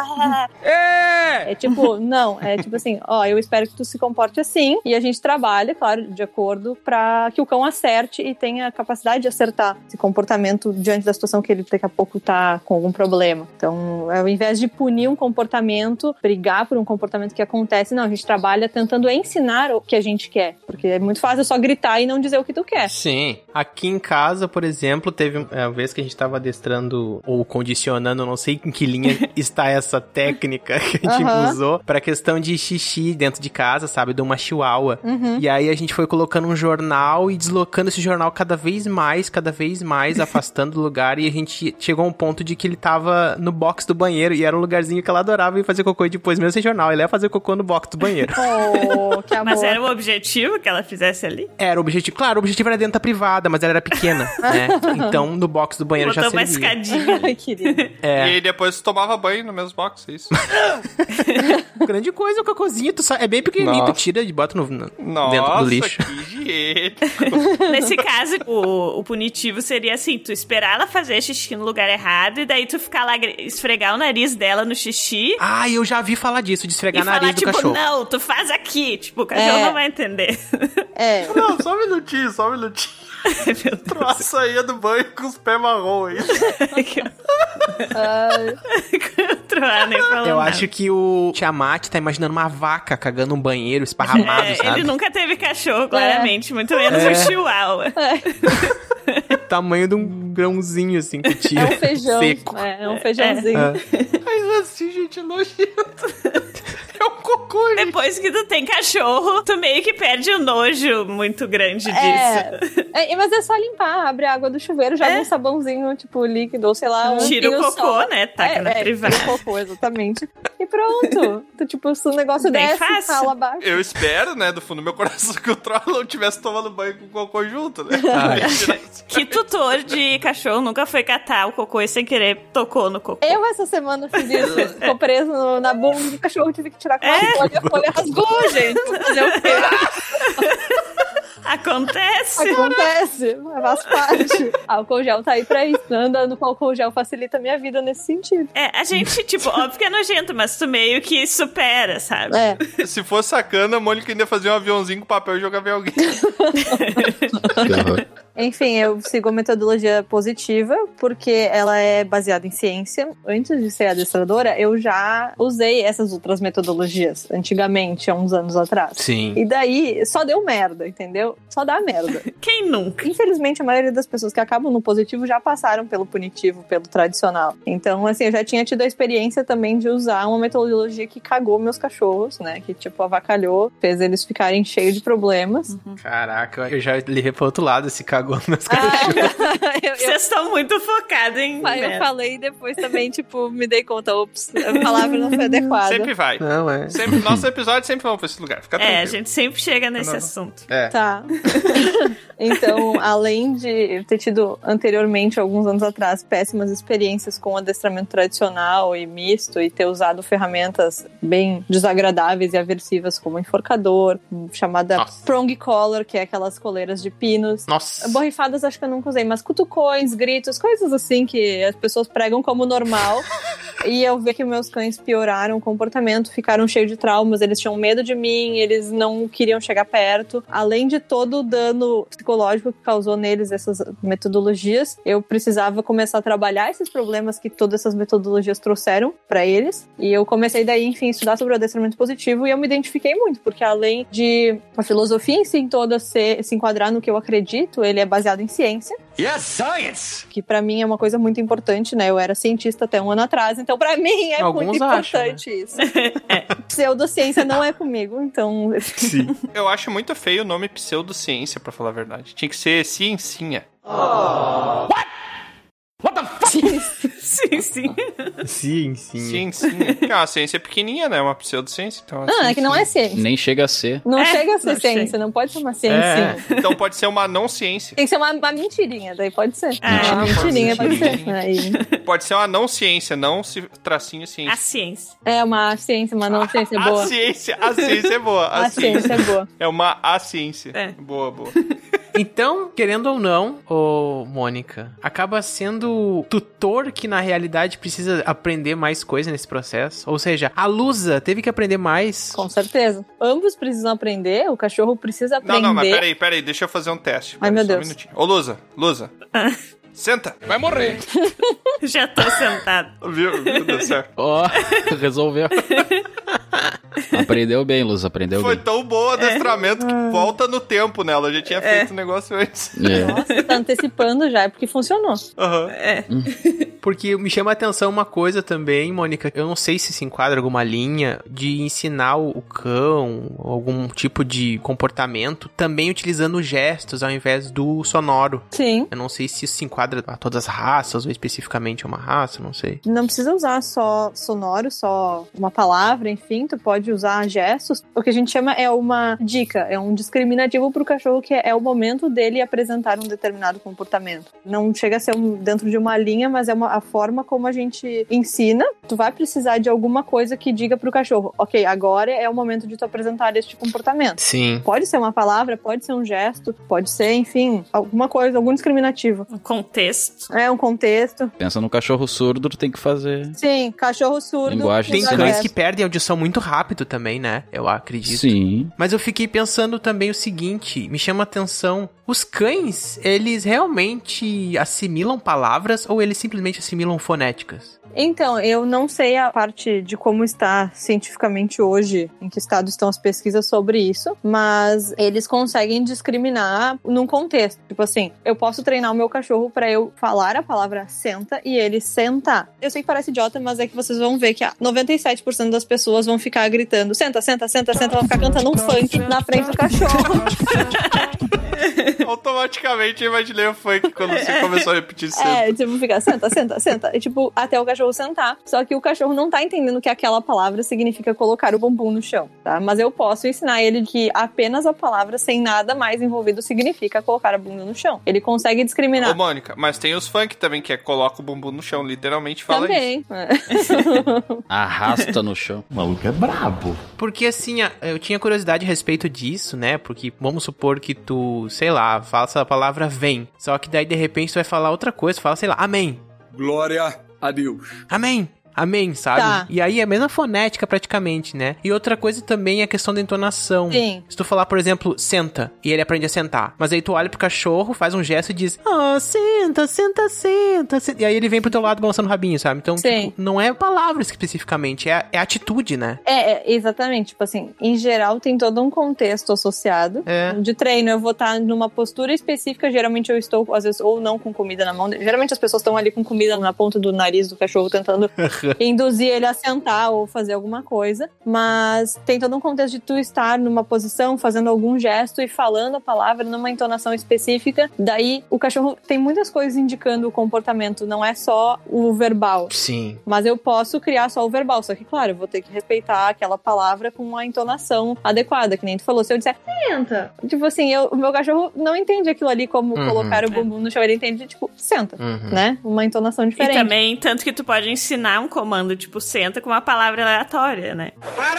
é tipo, não, é tipo assim, eu espero que tu se comporte assim, e a gente trabalha, claro, de acordo pra que o cão acerte e tenha a capacidade de acertar esse comportamento diante da situação que ele daqui a pouco tá com algum problema. Então, ao invés de punir um comportamento, brigar por um comportamento que acontece, não, a gente trabalha tentando ensinar o que a gente quer, porque é muito fácil só gritar e não dizer o que tu quer. Sim. Aqui em casa, por exemplo, teve uma vez que a gente tava adestrando ou condicionando, não sei em que linha está essa técnica que a gente usou, pra questão de xixi dentro de casa, sabe, de uma chihuahua. E aí a gente foi colocando um jornal e deslocando esse jornal cada vez mais, afastando do lugar, e a gente chegou a um ponto de que ele tava no box do banheiro, e era um lugarzinho que ela adorava ir fazer cocô, e depois, mesmo sem jornal, ele ia fazer cocô no box do banheiro. Que amor. Mas era o objetivo que ela fizesse ali? Era o objetivo. Claro, o objetivo era dentro da privada, mas ela era pequena, né? Então, no box do banheiro já servia. Botou uma escadinha. Ai, querido. E aí depois tomava banho no mesmo box, é isso? Grande coisa, o cocôzinho, é bem pequenininho, tu tira e bota dentro do lixo. Que higiênico. Nesse caso, o punitivo seria assim, tu esperar ela fazer xixi no lugar errado, e daí tu ficar lá, esfregar o nariz dela no xixi. Ah, eu já vi falar disso, de esfregar o nariz do cachorro. Não, tu faz aqui. Tipo, o cachorro não vai entender. Não, só um minutinho. Troa a saia do banho com os pés marrom aí. Eu acho que o Tiamat tá imaginando uma vaca cagando um banheiro esparramado, sabe? Ele nunca teve cachorro, claramente. Muito menos um chihuahua. Tamanho de um grãozinho, assim, que tira. É um feijão. Seco. É um feijãozinho. Mas assim, gente, é nojento. É um cocô, gente. Depois que tu tem cachorro, tu meio que perde o nojo muito grande disso. Mas é só limpar, abre a água do chuveiro, joga um sabãozinho, tipo, líquido, ou sei lá. Tira o cocô, né? Taca na privada. Tira o cocô, exatamente. E pronto. Tipo, se o negócio desce, fala abaixo. Eu espero, né, do fundo do meu coração, que o Troll não estivesse tomando banho com o cocô junto, né? Que tutor de cachorro nunca foi catar o cocô e sem querer tocou no cocô? Eu essa semana fiz isso. Ficou preso na bunda do cachorro, tive que tirar com a folha rasgou, gente. Fazer o quê? Acontece, faz parte. Álcool gel tá aí pra isso. Andando com álcool gel facilita a minha vida nesse sentido. A gente, tipo, óbvio que é nojento, mas tu meio que supera, sabe? Se for sacana, a Mônica ainda fazia um aviãozinho com papel e jogava em alguém. Enfim, eu sigo a metodologia positiva porque ela é baseada em ciência. Antes de ser adestradora, eu já usei essas outras metodologias antigamente, há uns anos atrás. Sim. E daí, só deu merda, entendeu? Só dá merda. Quem nunca? Infelizmente, a maioria das pessoas que acabam no positivo já passaram pelo punitivo, pelo tradicional. Então, assim, eu já tinha tido a experiência também de usar uma metodologia que cagou meus cachorros, né? Que, tipo, avacalhou, fez eles ficarem cheios de problemas. Caraca, eu já levei pro outro lado esse cagou água nos cachorros. Vocês estão muito focados em... Eu falei e depois também, tipo, me dei conta, ops, a palavra não foi adequada. Sempre vai. Não, é. Sempre, nossos episódios sempre vão pra esse lugar. Fica tranquilo. A gente sempre chega nesse assunto. Tá. Então, além de ter tido anteriormente, alguns anos atrás, péssimas experiências com adestramento tradicional e misto e ter usado ferramentas bem desagradáveis e aversivas como enforcador, chamada prong collar, que é aquelas coleiras de pinos. Nossa. Borrifadas acho que eu nunca usei, mas cutucões, gritos, coisas assim que as pessoas pregam como normal. E eu vi que meus cães pioraram o comportamento, ficaram cheios de traumas, eles tinham medo de mim, eles não queriam chegar perto. Além de todo o dano psicológico que causou neles essas metodologias, eu precisava começar a trabalhar esses problemas que todas essas metodologias trouxeram pra eles. E eu comecei daí, enfim, a estudar sobre o adestramento positivo e eu me identifiquei muito, porque além de a filosofia em si toda se enquadrar no que eu acredito, ele é baseado em ciência. Yes, science! Que pra mim é uma coisa muito importante, né? Eu era cientista até um ano atrás, então pra mim é Alguns muito importante isso. Pseudociência não é comigo, então... Sim. Eu acho muito feio o nome pseudociência, pra falar a verdade. Tinha que ser ciencinha. What? What the fuck? Sim. Ciencinha. Porque a ciência é pequenininha, né? É uma pseudociência. Então é que não é ciência. Nem chega a ser. Não chega a ser ciência, não pode ser uma ciência. Então pode ser uma não ciência. Tem que ser uma mentirinha, daí pode ser. Mentirinha pode ser. Aí. Pode ser uma não ciência, não tracinho ciência. A ciência. É uma ciência, uma não ciência boa. A ciência é boa. A ciência é boa. É uma ciência. Boa. Então, querendo ou não, Mônica, acaba sendo tutor que na realidade precisa aprender mais coisa nesse processo. Ou seja, a Lusa teve que aprender mais. Com certeza. Ambos precisam aprender, o cachorro precisa aprender. Não, mas peraí, deixa eu fazer um teste. Ai, meu Deus. Um minutinho. Ô, Lusa. Senta. Vai morrer. Já tô sentado. Viu? Deu certo. Resolveu. Aprendeu bem, Luz, aprendeu Foi bem. tão bom o adestramento que volta no tempo nela. Eu já tinha feito o negócio antes. Nossa, tá antecipando já, é porque funcionou. Porque me chama a atenção uma coisa também, Mônica. Eu não sei se enquadra alguma linha de ensinar o cão, algum tipo de comportamento, também utilizando gestos ao invés do sonoro. Sim. Eu não sei se isso se enquadra a todas as raças ou especificamente a uma raça, não sei. Não precisa usar só sonoro, só uma palavra, enfim, tu pode usar gestos. O que a gente chama é uma dica, é um discriminativo pro cachorro, que é o momento dele apresentar um determinado comportamento. Não chega a ser dentro de uma linha, mas é a forma como a gente ensina. Tu vai precisar de alguma coisa que diga pro cachorro, ok, agora é o momento de tu apresentar este comportamento. Sim. Pode ser uma palavra, pode ser um gesto, pode ser, enfim, alguma coisa, algum discriminativo. Um contexto. É, um contexto. Pensa no cachorro surdo, tu tem que fazer... Sim, cachorro surdo. Linguagem Tem de cães sinais. que perdem a audição muito rápido também, né? Eu acredito. Sim. Mas eu fiquei pensando também o seguinte, me chama a atenção, os cães, eles realmente assimilam palavras ou eles simplesmente assimilam fonéticas? Então, eu não sei a parte de como está cientificamente hoje, em que estado estão as pesquisas sobre isso, mas eles conseguem discriminar num contexto. Tipo assim, eu posso treinar o meu cachorro pra eu falar a palavra senta e ele sentar. Eu sei que parece idiota, mas é que vocês vão ver que 97% das pessoas vão ficar gritando senta, senta, senta, senta, vão ficar cantando um funk na frente do cachorro. Automaticamente eu imaginei o funk quando você começou a repetir senta. É, tipo, fica senta, senta, senta. E tipo, até o cachorro sentar. Só que o cachorro não tá entendendo que aquela palavra significa colocar o bumbum no chão, tá? Mas eu posso ensinar ele que apenas a palavra sem nada mais envolvido significa colocar a bunda no chão. Ele consegue discriminar. Ô, Mônica, mas tem os funk também, que é coloca o bumbum no chão, literalmente fala também. isso. Arrasta no chão. O maluco é brabo. Porque assim, eu tinha curiosidade a respeito disso, né? Porque vamos supor que tu, sei lá, fala a palavra vem. Só que daí de repente tu vai falar outra coisa, tu fala, sei lá, amém. Glória a Deus. Amém. Amém, sabe? Tá. E aí é a mesma fonética praticamente, né? E outra coisa também é a questão da entonação. Sim. Se tu falar, por exemplo, senta, e ele aprende a sentar. Mas aí tu olha pro cachorro, faz um gesto e diz, senta, senta, senta, senta. E aí ele vem pro teu lado balançando o rabinho, sabe? Então, tipo, não é palavras especificamente, é atitude, né? Exatamente. Tipo assim, em geral tem todo um contexto associado de treino. Eu vou estar numa postura específica, geralmente eu estou, às vezes, ou não com comida na mão. Geralmente as pessoas estão ali com comida na ponta do nariz do cachorro tentando induzir ele a sentar ou fazer alguma coisa, mas tem todo um contexto de tu estar numa posição, fazendo algum gesto e falando a palavra numa entonação específica. Daí o cachorro tem muitas coisas indicando o comportamento, não é só o verbal. Sim. Mas eu posso criar só o verbal, só que, claro, eu vou ter que respeitar aquela palavra com uma entonação adequada, que nem tu falou. Se eu disser, senta, tipo assim, o meu cachorro não entende aquilo ali como colocar o bumbum no chão, ele entende, tipo, senta, né? Uma entonação diferente. E também, tanto que tu pode ensinar um comando, tipo, senta com uma palavra aleatória, né?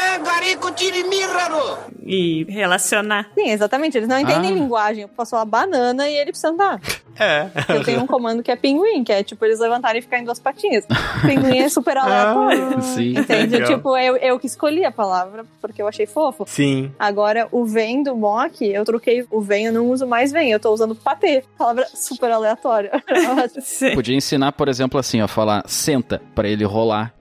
E relacionar. Sim, exatamente, eles não entendem linguagem. Eu posso falar banana e ele precisa andar. Eu tenho um comando que é pinguim, que é tipo eles levantarem e ficarem em duas patinhas. Pinguim é super aleatório. Sim. Entende? Tipo, eu que escolhi a palavra porque eu achei fofo. Sim. Agora, o vem do mock, eu troquei o vem, eu não uso mais vem, eu tô usando patê. Palavra super aleatória. Sim. Podia ensinar, por exemplo, assim, ó, falar senta pra ele rolar.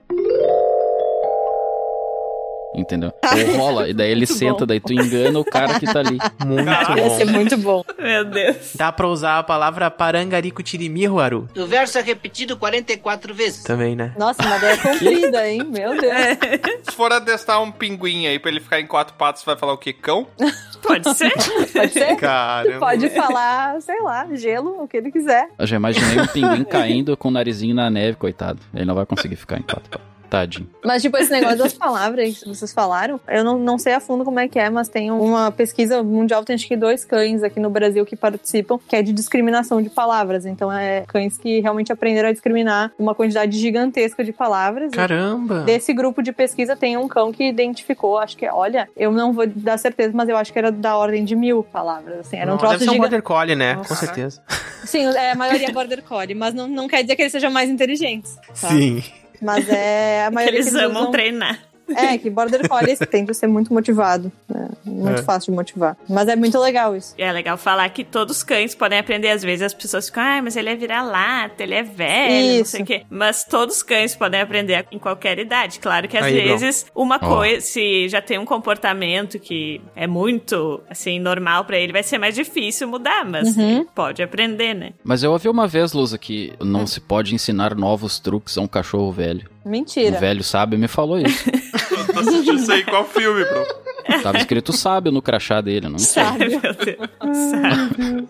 Entendeu? Ou rola, e daí ele senta, bom. Daí tu engana o cara que tá ali. Muito bom. Ia ser muito bom. Meu Deus. Dá pra usar a palavra parangarico tirimiru, Aru. O verso é repetido 44 vezes. Também, né? Nossa, uma ideia comprida, hein? Meu Deus. Se for adestrar um pinguim aí pra ele ficar em 4 patas, vai falar o quê? Cão? Pode ser? Pode ser? Caramba. Pode falar, sei lá, gelo, o que ele quiser. Eu já imaginei um pinguim caindo com o narizinho na neve, coitado. Ele não vai conseguir ficar em 4 patas. Tadinho. Mas, tipo, esse negócio das palavras que vocês falaram, eu não sei a fundo como é que é, mas tem uma pesquisa mundial, tem acho que 2 cães aqui no Brasil que participam, que é de discriminação de palavras. Então, é cães que realmente aprenderam a discriminar uma quantidade gigantesca de palavras. Caramba! Desse grupo de pesquisa tem um cão que identificou, acho que, olha, eu não vou dar certeza, mas eu acho que era da ordem de 1000 palavras, assim. Era um troço deve ser um Border Collie, né? Nossa. Com certeza. Sim, a maioria é Border Collie, mas não quer dizer que eles sejam mais inteligentes. Tá? Sim. Mas a maioria eles amam treinar. Que Border Collie tende a ser muito motivado, né? Muito fácil de motivar. Mas é muito legal isso. E é legal falar que todos os cães podem aprender. Às vezes as pessoas ficam, mas ele é vira-lata, ele é velho, não sei o quê. Mas todos os cães podem aprender em qualquer idade. Claro que às vezes uma coisa, se já tem um comportamento que é muito, assim, normal pra ele, vai ser mais difícil mudar, mas pode aprender, né? Mas eu ouvi uma vez, Lusa, que não se pode ensinar novos truques a um cachorro velho. Mentira. O velho sábio me falou isso. Eu tô assistindo isso aí, qual filme, bro? Tava escrito sábio no crachá dele, não sei. Sábio. Meu Deus. Sábio.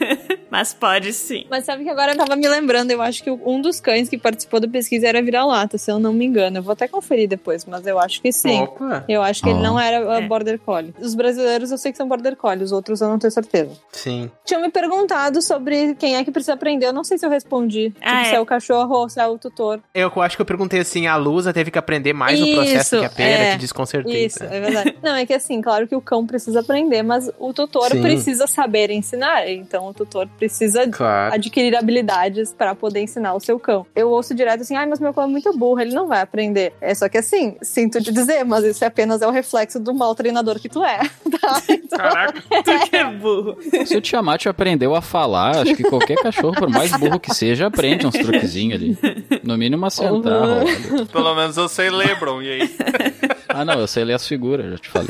Mas pode sim. Mas sabe que agora eu tava me lembrando, eu acho que um dos cães que participou da pesquisa era vira-lata, se eu não me engano. Eu vou até conferir depois, mas eu acho que sim. Opa. Eu acho que ele não era Border Collie. Os brasileiros eu sei que são Border Collie, os outros eu não tenho certeza. Sim. Tinham me perguntado sobre quem é que precisa aprender, eu não sei se eu respondi. Se é o cachorro ou se é o tutor. Eu acho que eu perguntei assim, a Lusa teve que aprender mais no processo que a Pera, que diz com certeza. Isso, é verdade. Não, é que assim, claro que o cão precisa aprender, mas o tutor precisa saber ensinar, então o tutor precisa adquirir habilidades para poder ensinar o seu cão. Eu ouço direto assim, mas meu cão é muito burro, ele não vai aprender. É só que assim, sinto te dizer, mas isso apenas é o reflexo do mau treinador que tu é. Tá? Então, caraca, tu que é burro. Se o Tiamat aprendeu a falar, acho que qualquer cachorro, por mais burro que seja, aprende uns truquezinhos ali. No mínimo a sentar, rolar. Pelo menos eu sei ler, Bron, e aí? Não, eu sei ler as figuras, já te falei.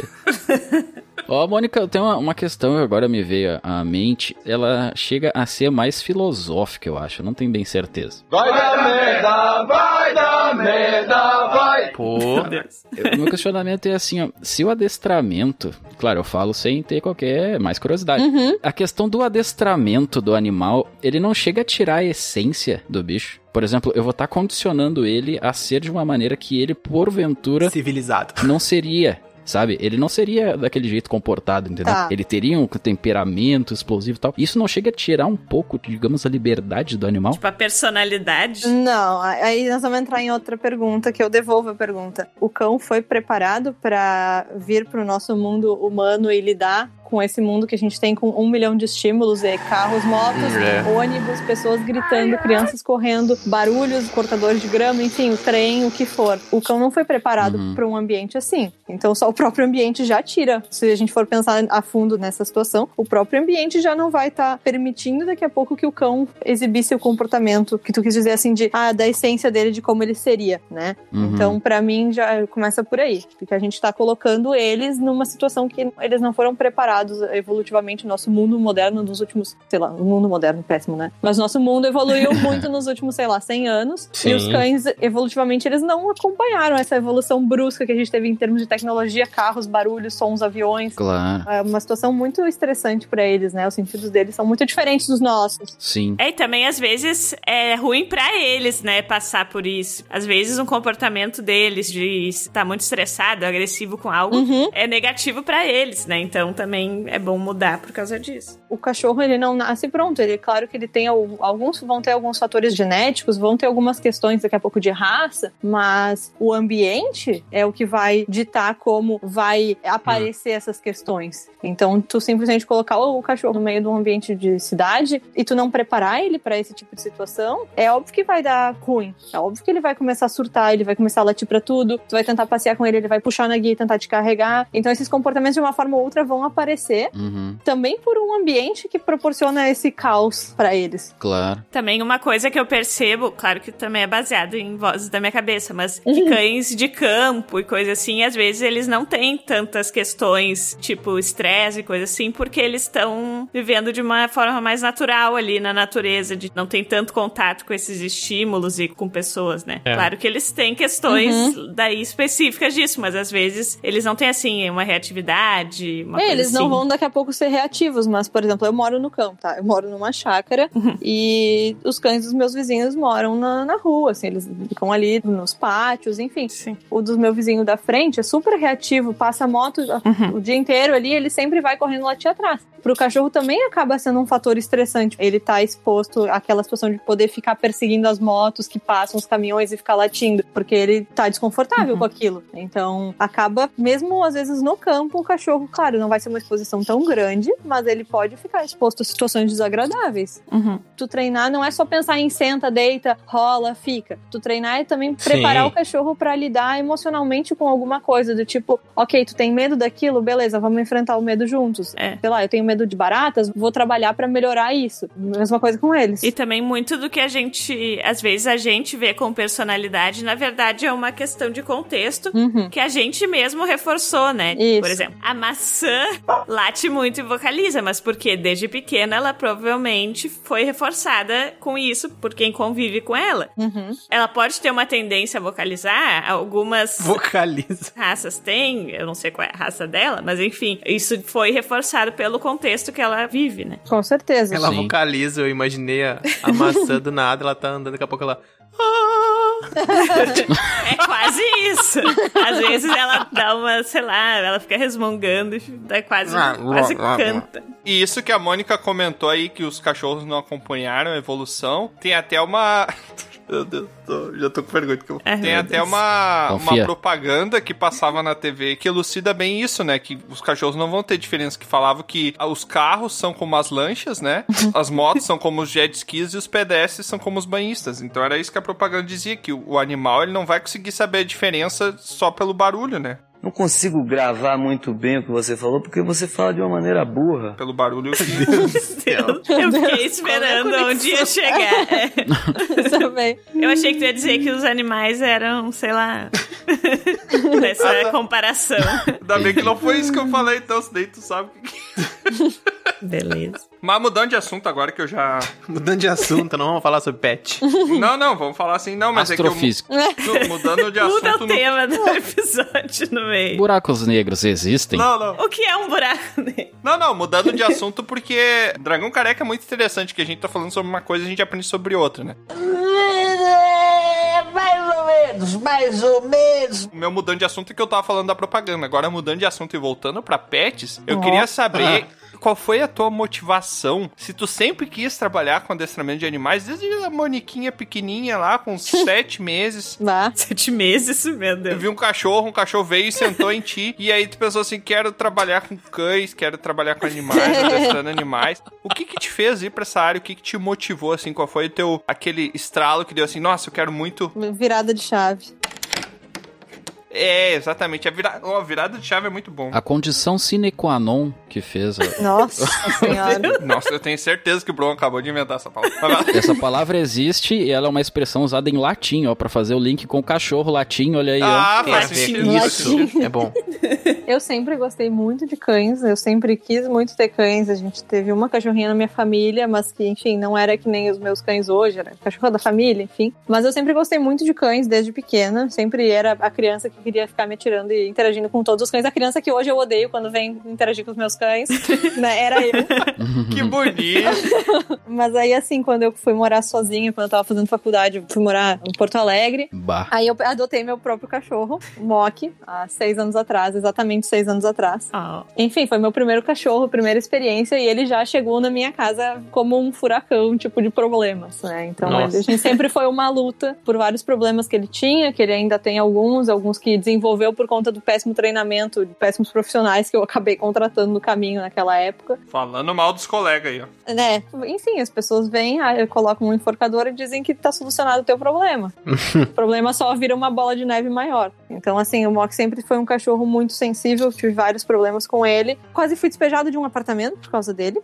Mônica, eu tenho uma questão que agora me veio à mente. Ela chega a ser mais filosófica, eu acho. Eu não tenho bem certeza. Vai dar merda, vai dar merda, vai! Pô, o meu questionamento é assim, ó. Se o adestramento... Claro, eu falo sem ter qualquer mais curiosidade. A questão do adestramento do animal, ele não chega a tirar a essência do bicho. Por exemplo, eu vou estar condicionando ele a ser de uma maneira que ele, porventura... civilizado. Não seria... Sabe? Ele não seria daquele jeito comportado, entendeu? Tá. Ele teria um temperamento explosivo e tal. Isso não chega a tirar um pouco, digamos, a liberdade do animal? Tipo, a personalidade? Não, aí nós vamos entrar em outra pergunta, que eu devolvo a pergunta. O cão foi preparado para vir pro nosso mundo humano e lidar com esse mundo que a gente tem com 1 milhão de estímulos, carros, motos, ônibus, pessoas gritando, crianças correndo, barulhos, cortadores de grama, enfim, o trem, o que for. O cão não foi preparado para um ambiente assim. Então só o próprio ambiente já tira. Se a gente for pensar a fundo nessa situação, o próprio ambiente já não vai estar permitindo daqui a pouco que o cão exibisse o comportamento que tu quis dizer assim da essência dele, de como ele seria, né? Então pra mim já começa por aí, porque a gente tá colocando eles numa situação que eles não foram preparados alterados evolutivamente no nosso mundo moderno nos últimos, sei lá, o mundo moderno péssimo, né? Mas nosso mundo evoluiu muito nos últimos, sei lá, 100 anos. Sim. E os cães, evolutivamente, eles não acompanharam essa evolução brusca que a gente teve em termos de tecnologia, carros, barulhos, sons, aviões. Claro. É uma situação muito estressante pra eles, né? Os sentidos deles são muito diferentes dos nossos. Sim. E também, às vezes, é ruim pra eles, né, passar por isso. Às vezes, um comportamento deles de estar muito estressado, agressivo com algo, é negativo pra eles, né? Então, também é bom mudar por causa disso. O cachorro, ele não nasce pronto. Ele, claro que ele tem vão ter alguns fatores genéticos, vão ter algumas questões daqui a pouco de raça, mas o ambiente é o que vai ditar como vai aparecer essas questões. Então, tu simplesmente colocar o cachorro no meio de um ambiente de cidade e tu não preparar ele pra esse tipo de situação, é óbvio que vai dar ruim. É óbvio que ele vai começar a surtar, ele vai começar a latir pra tudo, tu vai tentar passear com ele, ele vai puxar na guia e tentar te carregar. Então, esses comportamentos, de uma forma ou outra, vão aparecer também por um ambiente que proporciona esse caos pra eles. Claro. Também uma coisa que eu percebo, claro que também é baseado em vozes da minha cabeça, mas que cães de campo e coisa assim, às vezes eles não têm tantas questões, tipo estresse e coisa assim, porque eles estão vivendo de uma forma mais natural ali na natureza, de não tem tanto contato com esses estímulos e com pessoas, né? É. Claro que eles têm questões daí específicas disso, mas às vezes eles não têm, assim, uma reatividade, uma coisa eles assim. Não vão daqui a pouco ser reativos, mas, por exemplo, eu moro no campo, tá? Eu moro numa chácara e os cães dos meus vizinhos moram na rua, assim, eles ficam ali nos pátios, enfim. Sim. O do meu vizinho da frente é super reativo, passa moto o dia inteiro ali, ele sempre vai correndo latir atrás. Pro cachorro também acaba sendo um fator estressante. Ele tá exposto àquela situação de poder ficar perseguindo as motos que passam, os caminhões e ficar latindo, porque ele tá desconfortável com aquilo. Então, acaba, mesmo às vezes no campo, o cachorro, claro, não vai ser uma exposição tão grande, mas ele pode ficar exposto a situações desagradáveis. Tu treinar não é só pensar em senta, deita, rola, fica. Tu treinar é também preparar o cachorro pra lidar emocionalmente com alguma coisa, do tipo, ok, tu tem medo daquilo? Beleza, vamos enfrentar o medo juntos. Sei lá, eu tenho medo de baratas, vou trabalhar pra melhorar isso. Mesma coisa com eles. E também muito do que a gente, às vezes a gente vê com personalidade, na verdade é uma questão de contexto que a gente mesmo reforçou, né? Isso. Por exemplo, a maçã late muito e vocaliza, mas porque desde pequena ela provavelmente foi reforçada com isso por quem convive com ela. Ela pode ter uma tendência a vocalizar, algumas raças têm, eu não sei qual é a raça dela, mas enfim, isso foi reforçado pelo contexto que ela vive, né? Com certeza. Ela vocaliza, eu imaginei a maçã do nada, ela tá andando, daqui a pouco ela... É quase isso. Às vezes ela dá uma, sei lá, ela fica resmungando e dá quase canta. E isso que a Mônica comentou aí, que os cachorros não acompanharam a evolução, tem até uma... Meu Deus, já tô com vergonha. Tem até uma propaganda que passava na TV que elucida bem isso, né? Que os cachorros não vão ter diferença. Que falava que os carros são como as lanchas, né? As motos são como os jet skis e os pedestres são como os banhistas. Então era isso que a propaganda dizia, que o animal ele não vai conseguir saber a diferença só pelo barulho, né? Não consigo gravar muito bem o que você falou, porque você fala de uma maneira burra. Pelo barulho. Meu Deus. Eu fiquei esperando onde ia chegar. Também. Eu achei que tu ia dizer que os animais eram, sei lá, nessa comparação. Ainda bem que não foi isso que eu falei, então, se daí tu sabe o que... Beleza. Mas mudando de assunto agora, que eu já... Mudando de assunto, não vamos falar sobre pet. Não, vamos falar assim, não, mas astrofísica. É que eu... Mudando de assunto... Muda o tema do episódio no meio. Buracos negros existem? Não. O que é um buraco negro? Não, mudando de assunto porque Dragão Careca é muito interessante, que a gente tá falando sobre uma coisa e a gente aprende sobre outra, né? Mais ou menos. O meu mudando de assunto é que eu tava falando da propaganda. Agora, mudando de assunto e voltando pra pets, eu queria saber qual foi a tua motivação, se tu sempre quis trabalhar com adestramento de animais, desde a Moniquinha pequenininha lá, com 7 meses. 7 meses, meu Deus. Eu vi um cachorro veio e sentou em ti, e aí tu pensou assim, quero trabalhar com cães, quero trabalhar com animais, adestrando animais. O que te fez ir pra essa área? O que te motivou, assim? Qual foi o aquele estralo que deu assim, nossa, eu quero muito... Virada de chave. É, exatamente. A virada de chave é muito bom. A condição sine qua non que fez... Nossa senhora. Nossa, eu tenho certeza que o Bruno acabou de inventar essa palavra. Essa palavra existe e ela é uma expressão usada em latim, ó, pra fazer o link com o cachorro latim, olha aí, ó. Faz sentido. Isso, é bom. Eu sempre gostei muito de cães, eu sempre quis muito ter cães. A gente teve uma cachorrinha na minha família, mas que, enfim, não era que nem os meus cães hoje, era cachorra da família, enfim. Mas eu sempre gostei muito de cães desde pequena, sempre era a criança que queria ficar me atirando e interagindo com todos os cães. A criança que hoje eu odeio quando vem interagir com os meus cães, né? Era eu. Que bonito! Mas aí, assim, quando eu fui morar sozinha, quando eu tava fazendo faculdade, eu fui morar em Porto Alegre. Bah. Aí eu adotei meu próprio cachorro, o Mock, há 6 anos atrás, exatamente 6 anos atrás. Oh. Enfim, foi meu primeiro cachorro, primeira experiência, e ele já chegou na minha casa como um furacão, tipo, de problemas, né? Então, a gente sempre foi uma luta por vários problemas que ele tinha, que ele ainda tem alguns que desenvolveu por conta do péssimo treinamento, de péssimos profissionais que eu acabei contratando no caminho naquela época. Falando mal dos colegas aí, ó. Né? Enfim, as pessoas vêm, colocam um enforcador e dizem que tá solucionado o teu problema. O problema só vira uma bola de neve maior. Então, assim, o Mock sempre foi um cachorro muito sensível, tive vários problemas com ele. Quase fui despejado de um apartamento por causa dele.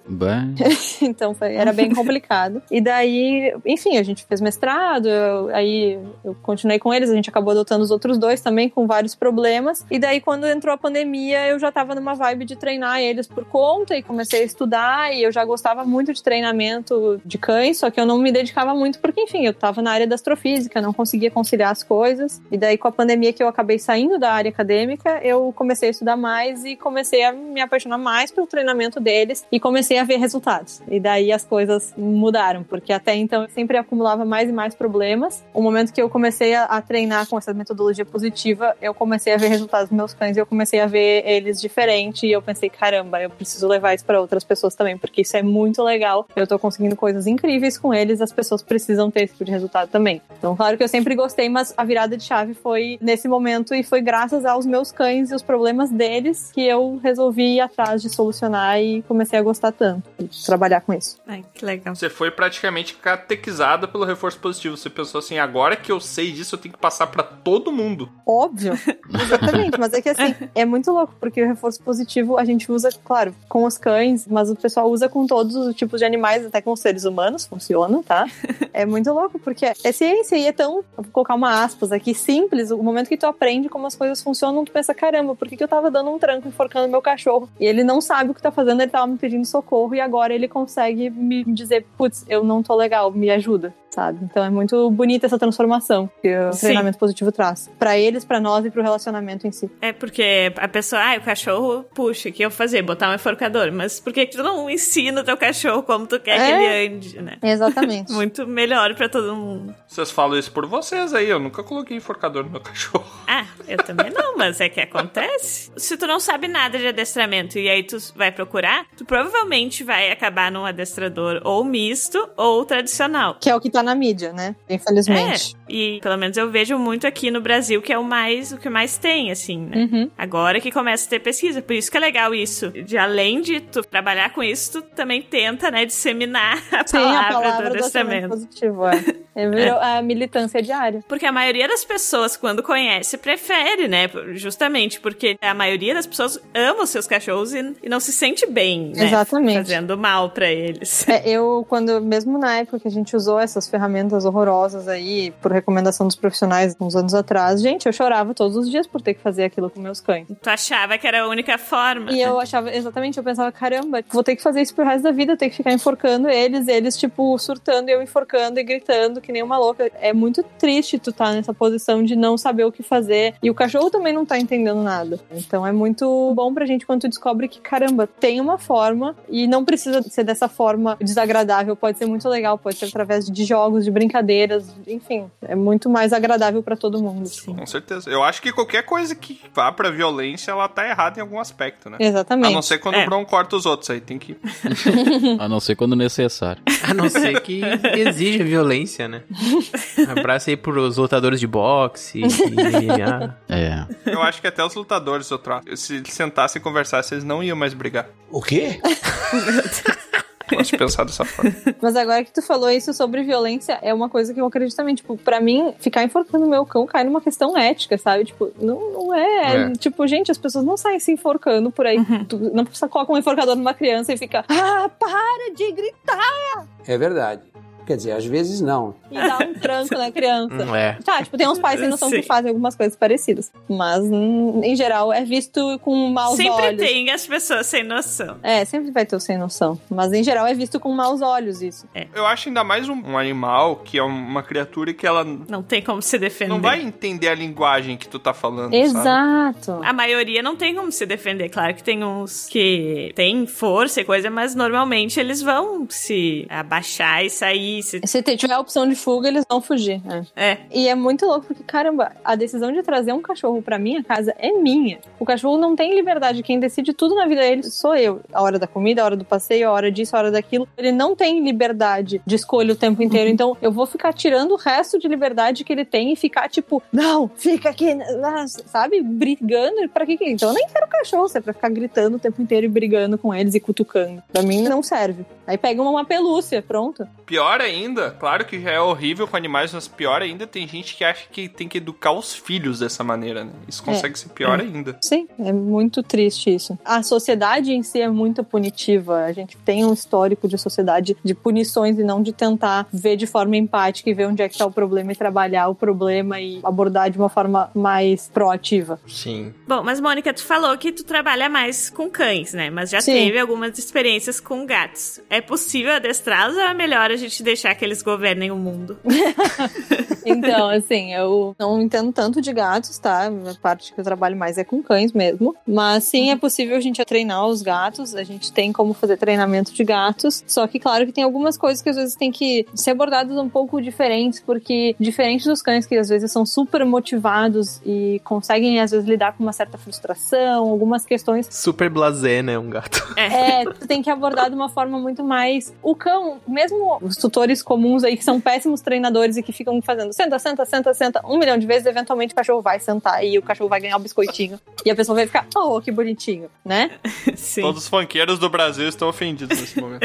Então, era bem complicado. E daí, enfim, a gente fez mestrado, aí eu continuei com eles, a gente acabou adotando os outros 2 também, com vários problemas. E daí, quando entrou a pandemia, eu já tava numa vibe de treinar eles por conta e comecei a estudar, e eu já gostava muito de treinamento de cães, só que eu não me dedicava muito porque, enfim, eu tava na área da astrofísica, não conseguia conciliar as coisas. E daí, com a pandemia que eu acabei saindo da área acadêmica, eu comecei a estudar mais e comecei a me apaixonar mais pelo treinamento deles e comecei a ver resultados. E daí as coisas mudaram, porque até então eu sempre acumulava mais e mais problemas. O momento que eu comecei a treinar com essa metodologia positiva, eu comecei a ver resultados dos meus cães e eu comecei a ver eles diferente, e eu pensei, caramba, eu preciso levar isso para outras pessoas também, porque isso é muito legal. Eu tô conseguindo coisas incríveis com eles, as pessoas precisam ter esse tipo de resultado também. Então, claro que eu sempre gostei, mas a virada de chave foi nesse momento, e foi graças aos meus cães e os problemas deles que eu resolvi ir atrás de solucionar e comecei a gostar tanto de trabalhar com isso. Ai, que legal. Você foi praticamente catequizada pelo reforço positivo. Você pensou assim, agora que eu sei disso, eu tenho que passar pra todo mundo. Óbvio, exatamente, mas é que assim, é muito louco, porque o reforço positivo a gente usa, claro, com os cães, mas o pessoal usa com todos os tipos de animais, até com os seres humanos, funciona, tá? É muito louco, porque é ciência e é tão, vou colocar uma aspas aqui, simples. O momento que tu aprende como as coisas funcionam, tu pensa, caramba, por que eu tava dando um tranco enforcando meu cachorro? E ele não sabe o que tá fazendo, ele tava me pedindo socorro, e agora ele consegue me dizer, putz, eu não tô legal, me ajuda, sabe? Então é muito bonita essa transformação que o treinamento positivo traz. Pra eles, pra nós e pro relacionamento em si. É porque a pessoa, o cachorro, puxa, o que eu fazer? Botar um enforcador. Mas por que tu não ensina o teu cachorro como tu quer que ele ande, né? Exatamente. Muito melhor pra todo mundo. Vocês falam isso por vocês aí, eu nunca coloquei enforcador no meu cachorro. Eu também não, mas é que acontece. Se tu não sabe nada de adestramento e aí tu vai procurar, tu provavelmente vai acabar num adestrador ou misto ou tradicional. Que é o que tá na mídia, né? Infelizmente. E pelo menos eu vejo muito aqui no Brasil que é o que mais tem, assim, né? Uhum. Agora que começa a ter pesquisa. Por isso que é legal isso. De além de tu trabalhar com isso, tu também tenta, né, disseminar a palavra do adestramento positivo, virou a militância diária. Porque a maioria das pessoas, quando conhece, prefere, né? Justamente porque a maioria das pessoas ama os seus cachorros e não se sente bem, né? Exatamente. Fazendo mal pra eles. Mesmo na época que a gente usou essas ferramentas horrorosas aí, por recomendação dos profissionais uns anos atrás, gente, eu chorava todos os dias por ter que fazer aquilo com meus cães. Tu achava que era a única forma. E eu achava, exatamente, eu pensava, caramba, vou ter que fazer isso pro resto da vida, eu tenho que ficar enforcando eles, tipo, surtando e eu enforcando e gritando que nem uma louca. É muito triste tu tá nessa posição de não saber o que fazer, e o cachorro também não tá entendendo nada. Então é muito bom pra gente quando tu descobre que, caramba, tem uma forma, e não precisa ser dessa forma desagradável, pode ser muito legal, pode ser através de jogos, de brincadeiras, enfim, é muito mais agradável pra todo mundo. Assim. Com certeza. Eu acho que qualquer coisa que vá pra violência, ela tá errada em algum aspecto, né? Exatamente. A não ser quando o Bron corta os outros, aí tem que... A não ser quando necessário. A não ser que exija violência, né? Abraço aí pros lutadores de boxe e MMA. Eu acho que até os lutadores, se sentassem e conversassem, eles não iam mais brigar. O quê? Posso pensar dessa forma. Mas agora que tu falou isso sobre violência, é uma coisa que eu acredito também, tipo, pra mim, ficar enforcando meu cão cai numa questão ética, sabe? Tipo, não é. Tipo, gente, as pessoas não saem se enforcando por aí. Tu não precisa colocar um enforcador numa criança e fica, para de gritar! É verdade. Quer dizer, às vezes não. E dá um tranco na criança. É. Tá, tipo, tem uns pais sem noção que fazem algumas coisas parecidas. Mas, em geral, é visto com maus olhos. Sempre tem as pessoas sem noção. É, sempre vai ter o sem noção. Mas, em geral, é visto com maus olhos isso. Eu acho ainda mais um animal que é uma criatura que ela... Não tem como se defender. Não vai entender a linguagem que tu tá falando, Exato. sabe? A maioria não tem como se defender. Claro que tem uns que tem força e coisa, mas normalmente eles vão se abaixar e sair. Se tiver a opção de fuga, eles vão fugir. E é muito louco porque, caramba, a decisão de trazer um cachorro pra minha casa é minha. O cachorro não tem liberdade. Quem decide tudo na vida dele sou eu. A hora da comida, a hora do passeio, a hora disso, a hora daquilo. Ele não tem liberdade de escolha o tempo inteiro. Então, eu vou ficar tirando o resto de liberdade que ele tem e ficar tipo, não, fica aqui, sabe? Brigando. Pra que? Então, eu nem quero cachorro. Se é pra ficar gritando o tempo inteiro e brigando com eles e cutucando. Pra mim, não serve. Aí pega uma pelúcia, pronto. Pior ainda, claro que já é horrível com animais, mas pior ainda, tem gente que acha que tem que educar os filhos dessa maneira, né? Isso consegue ser pior ainda. Sim, é muito triste isso. A sociedade em si é muito punitiva. A gente tem um histórico de sociedade de punições e não de tentar ver de forma empática e ver onde é que tá o problema e trabalhar o problema e abordar de uma forma mais proativa. Sim. Bom, mas Mônica, tu falou que tu trabalha mais com cães, né? Mas já teve algumas experiências com gatos. É possível adestrá-los ou é melhor a gente deixar que eles governem o mundo? Então, assim, eu não entendo tanto de gatos, tá? A parte que eu trabalho mais é com cães mesmo. Mas sim, é possível a gente treinar os gatos. A gente tem como fazer treinamento de gatos. Só que, claro, que tem algumas coisas que às vezes tem que ser abordadas um pouco diferentes, porque diferente dos cães que às vezes são super motivados e conseguem, às vezes, lidar com uma certa frustração, algumas questões... Super blasé, né, um gato. Tu tem que abordar de uma forma muito mais... O cão, mesmo os tutores comuns aí, que são péssimos treinadores e que ficam fazendo senta, senta, senta, senta, 1 milhão de vezes, eventualmente o cachorro vai sentar e o cachorro vai ganhar o biscoitinho. E a pessoa vai ficar, oh, que bonitinho, né? Sim. Todos os funkeiros do Brasil estão ofendidos nesse momento.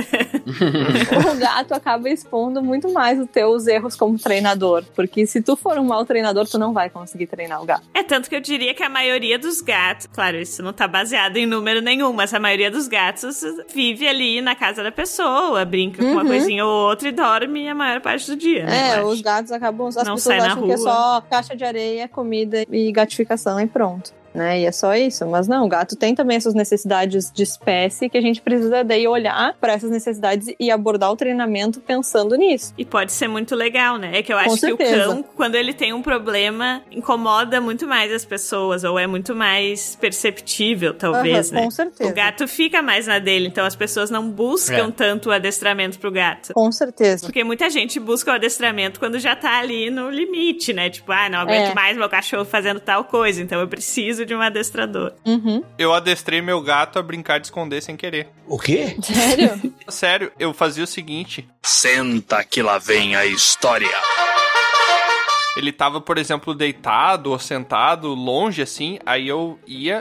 O gato acaba expondo muito mais os teus erros como treinador. Porque se tu for um mau treinador, tu não vai conseguir treinar o gato. É tanto que eu diria que a maioria dos gatos, claro, isso não tá baseado em número nenhum, mas a maioria dos gatos vive ali na casa da pessoa, brinca com uma coisinha ou outra e dorme a maior parte do dia, né? Os gatos acabam... As não pessoas acham que é só caixa de areia, comida e gatificação e pronto. Né? E é só isso, mas não, o gato tem também essas necessidades de espécie que a gente precisa daí olhar para essas necessidades e abordar o treinamento pensando nisso. E pode ser muito legal, né? É que eu acho que o cão, quando ele tem um problema, incomoda muito mais as pessoas, ou é muito mais perceptível, talvez, né? Com certeza. O gato fica mais na dele, então as pessoas não buscam tanto o adestramento pro gato. Com certeza. Porque muita gente busca o adestramento quando já tá ali no limite, né? Tipo, não aguento mais meu cachorro fazendo tal coisa, então eu preciso de um adestrador. Eu adestrei meu gato a brincar de esconder sem querer. O quê? Sério? Sério, eu fazia o seguinte. Senta que lá vem a história. Ele tava, por exemplo, deitado ou sentado, longe assim, aí eu ia...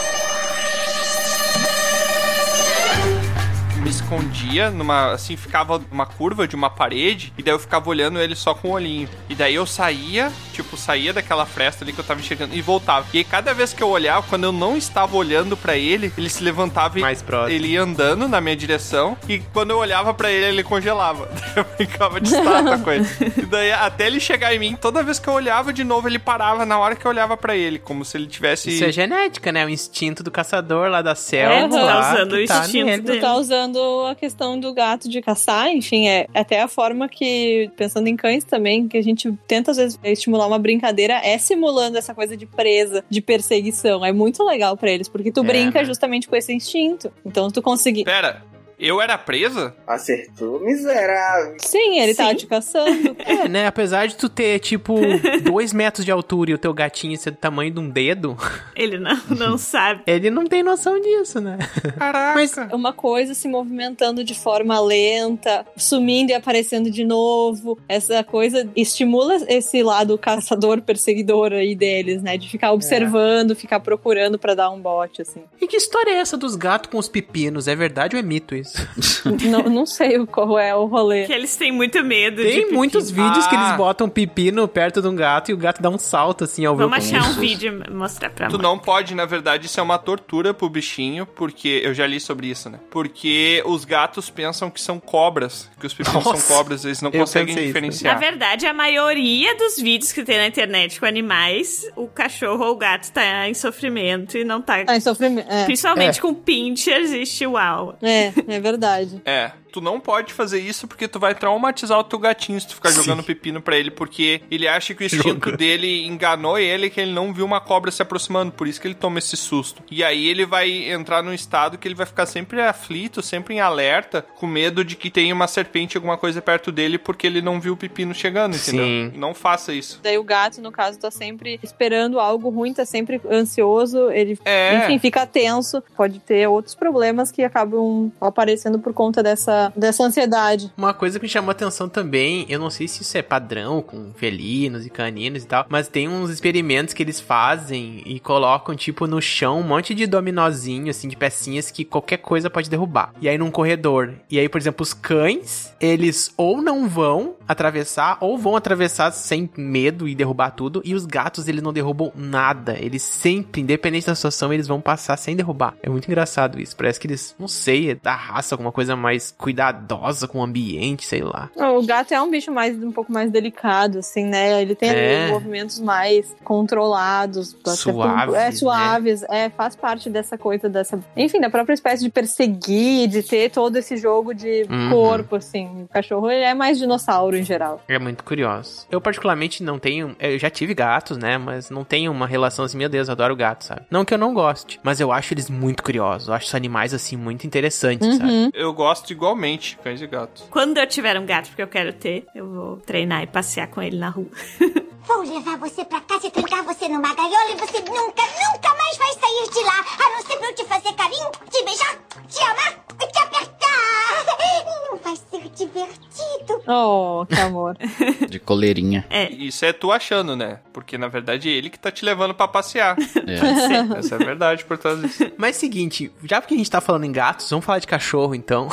me escondia numa, assim, ficava uma curva de uma parede, e daí eu ficava olhando ele só com o olhinho. E daí eu saía, saía daquela fresta ali que eu tava enxergando e voltava. E aí cada vez que eu olhava, quando eu não estava olhando pra ele, ele se levantava e mais próximo. Ele ia andando na minha direção, e quando eu olhava pra ele, ele congelava. Eu ficava de estátua com ele. E daí até ele chegar em mim, toda vez que eu olhava de novo, ele parava na hora que eu olhava pra ele, como se ele tivesse... Isso é genética, né? O instinto do caçador lá da selva. Tá usando o instinto dele. Tu tá usando a questão do gato de caçar, enfim, é até a forma que, pensando em cães também, que a gente tenta às vezes estimular uma brincadeira, é simulando essa coisa de presa, de perseguição. É muito legal pra eles, porque tu brinca justamente com esse instinto. Então tu conseguir... Pera, eu era presa? Acertou, miserável. Sim, ele tava te caçando. Né? Apesar de tu ter, 2 metros de altura e o teu gatinho ser do tamanho de um dedo... Ele não sabe. Ele não tem noção disso, né? Caraca! Mas uma coisa se movimentando de forma lenta, sumindo e aparecendo de novo. Essa coisa estimula esse lado caçador-perseguidor aí deles, né? De ficar observando, ficar procurando pra dar um bote, assim. E que história é essa dos gatos com os pepinos? É verdade ou é mito isso? isso? Não sei qual é o rolê. Que eles têm muito medo de Tem pepino. muitos vídeos que eles botam pepino perto de um gato e o gato dá um salto assim ao ver. Vamos achar um vídeo e mostrar pra Tu não pode, na verdade, isso é uma tortura pro bichinho, porque eu já li sobre isso, né? Porque os gatos pensam que são cobras, que os pepinos são cobras, eles não conseguem diferenciar. Na verdade, a maioria dos vídeos que tem na internet com animais, o cachorro ou o gato tá em sofrimento e não tá... Tá em sofrimento, Principalmente com pinchers e chihuahua. É verdade. Tu não pode fazer isso porque tu vai traumatizar o teu gatinho se tu ficar jogando pepino pra ele, porque ele acha que o instinto dele enganou ele, que ele não viu uma cobra se aproximando, por isso que ele toma esse susto. E aí ele vai entrar num estado que ele vai ficar sempre aflito, sempre em alerta, com medo de que tenha uma serpente, alguma coisa perto dele, porque ele não viu o pepino chegando, entendeu? Sim. Não faça isso. Daí o gato, no caso, tá sempre esperando algo ruim, tá sempre ansioso, ele, enfim, fica tenso, pode ter outros problemas que acabam aparecendo por conta dessa ansiedade. Uma coisa que me chamou a atenção também, eu não sei se isso é padrão com felinos e caninos e tal, mas tem uns experimentos que eles fazem e colocam, tipo, no chão um monte de dominozinho, assim, de pecinhas que qualquer coisa pode derrubar. E aí num corredor. E aí, por exemplo, os cães, eles ou não vão atravessar, ou vão atravessar sem medo e derrubar tudo, e os gatos, eles não derrubam nada. Eles sempre, independente da situação, eles vão passar sem derrubar. É muito engraçado isso. Parece que eles, não sei, é da raça, alguma coisa mais cuidadosa com o ambiente, sei lá. O gato é um bicho um pouco mais delicado, assim, né? Ele tem movimentos mais controlados. Suaves. Faz parte dessa coisa, enfim, da própria espécie de perseguir, de ter todo esse jogo de corpo, assim. O cachorro, ele é mais dinossauro, em geral. É muito curioso. Eu, particularmente, não tenho... Eu já tive gatos, né? Mas não tenho uma relação assim, meu Deus, eu adoro gato, sabe? Não que eu não goste, mas eu acho eles muito curiosos. Eu acho os animais, assim, muito interessantes, sabe? Eu gosto igualmente, cães e gatos. Quando eu tiver um gato, porque eu quero ter, eu vou treinar e passear com ele na rua. Vou levar você pra casa e trancar você numa gaiola e você nunca mais vai sair de lá, a não ser pra eu te fazer carinho, te beijar, te amar e te apertar. Não vai ser divertido. Oh, que amor. De coleirinha. Isso é tu achando, né? Porque, na verdade, é ele que tá te levando pra passear. Essa é a verdade por trás disso. Mas seguinte, já porque a gente tá falando em gatos, vamos falar de cachorro, então.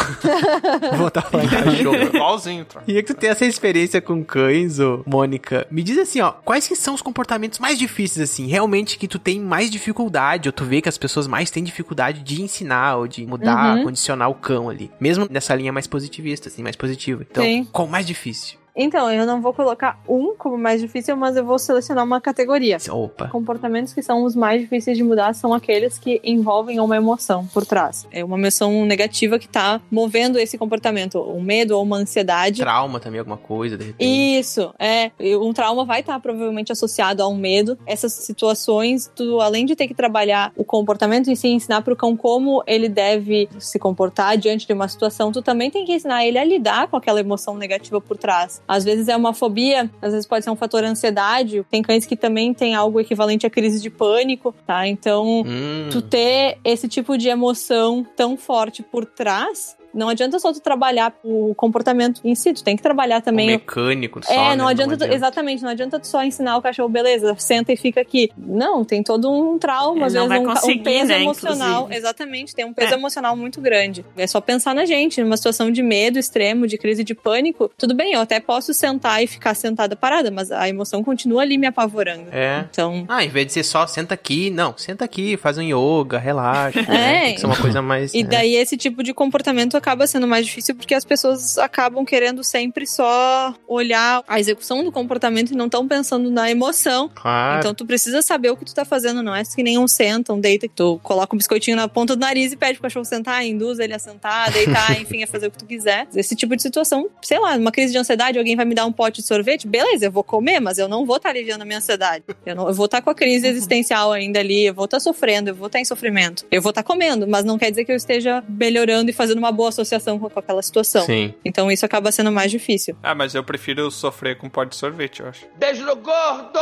Vou voltar a falar em cachorro. Igualzinho, Tron. E é que tu tem essa experiência com cães, ô, Mônica. Me diz assim, ó, quais que são os comportamentos mais difíceis, assim, realmente que tu tem mais dificuldade, ou tu vê que as pessoas mais têm dificuldade de ensinar, ou de mudar, condicionar o cão ali. Mesmo nessa linha mais positivista, assim, mais positiva. Então, qual o mais difícil? Então, eu não vou colocar um como mais difícil, mas eu vou selecionar uma categoria. Opa. Comportamentos que são os mais difíceis de mudar são aqueles que envolvem uma emoção por trás. É uma emoção negativa que tá movendo esse comportamento. Um medo ou uma ansiedade. Trauma também, alguma coisa, de repente. Isso, um trauma vai estar provavelmente associado a um medo. Essas situações, tu, além de ter que trabalhar o comportamento em si, ensinar pro cão como ele deve se comportar diante de uma situação, tu também tem que ensinar ele a lidar com aquela emoção negativa por trás. Às vezes é uma fobia, às vezes pode ser um fator ansiedade. Tem cães que também tem algo equivalente à crise de pânico, tá? Então, tu ter esse tipo de emoção tão forte por trás, não adianta só tu trabalhar o comportamento em si, tu tem que trabalhar também... O mecânico só, não adianta. Exatamente, não adianta tu só ensinar o cachorro, beleza, senta e fica aqui. Não, tem todo um trauma, às vezes um peso emocional. Inclusive. Exatamente, tem um peso emocional muito grande. É só pensar na gente, numa situação de medo extremo, de crise de pânico, tudo bem, eu até posso sentar e ficar sentada parada, mas a emoção continua ali me apavorando. Então... em vez de ser só senta aqui, não, senta aqui, faz um yoga, relaxa. Tem que ser uma coisa mais... E daí esse tipo de comportamento acaba sendo mais difícil porque as pessoas acabam querendo sempre só olhar a execução do comportamento e não estão pensando na emoção. Claro. Então tu precisa saber o que tu tá fazendo, não é que nem senta, deita, que tu coloca um biscoitinho na ponta do nariz e pede pro cachorro sentar, induz ele a sentar, deitar, enfim, a fazer o que tu quiser. Esse tipo de situação, sei lá, numa crise de ansiedade, alguém vai me dar um pote de sorvete, beleza, eu vou comer, mas eu não vou estar aliviando a minha ansiedade. Eu vou estar com a crise existencial ainda ali, eu vou estar sofrendo, eu vou estar em sofrimento. Eu vou estar comendo, mas não quer dizer que eu esteja melhorando e fazendo uma boa associação com aquela situação. Sim. Então isso acaba sendo mais difícil. Mas eu prefiro sofrer com pó de sorvete, eu acho. Beijo no gordo!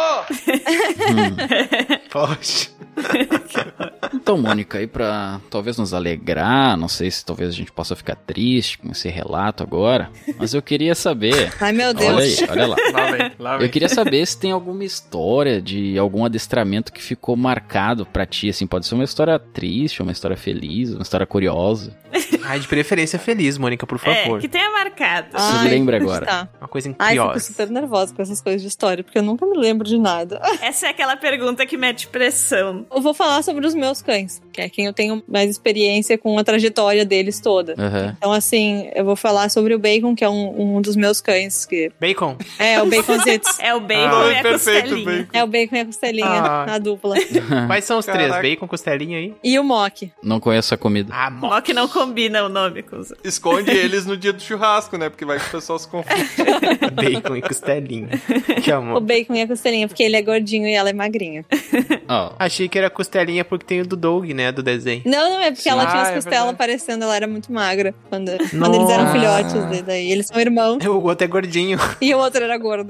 Poxa. Então, Mônica, aí pra talvez nos alegrar, não sei se talvez a gente possa ficar triste com esse relato agora, mas eu queria saber... Ai, meu Deus. Olha aí, olha lá. Lá vem. Eu queria saber se tem alguma história de algum adestramento que ficou marcado pra ti, assim, pode ser uma história triste, uma história feliz, uma história curiosa. Ai, de preferência feliz, Mônica, por favor. Que tenha marcado. Se lembra agora. Tá. Uma coisa Ai, incrível. fico super nervosa com essas coisas de história, porque eu nunca me lembro de nada. Essa é aquela pergunta que mete pressão. Eu vou falar sobre os meus cães, que é quem eu tenho mais experiência com a trajetória deles toda. Uhum. Então, assim, eu vou falar sobre o Bacon, que é um dos meus cães. Bacon? É, o Baconzitos. É o Bacon e a costelinha. Bacon. É o Bacon e a costelinha, a dupla. Quais são os três? Bacon, costelinha aí? E o Mock. Não conheço a comida. Ah, Mock não combina o nome com os... Esconde eles no dia do churrasco, né? Porque vai que o pessoal se confunde. Bacon e costelinha. Que amor. O Bacon e a costelinha, porque ele é gordinho e ela é magrinha. Oh. Achei que era costelinha porque tem o do Doug, né? Do desenho. Não, é porque ela tinha as é costelas verdade. aparecendo, ela era muito magra quando eles eram filhotes. Daí eles são irmãos. O outro é gordinho. E o outro era gordo,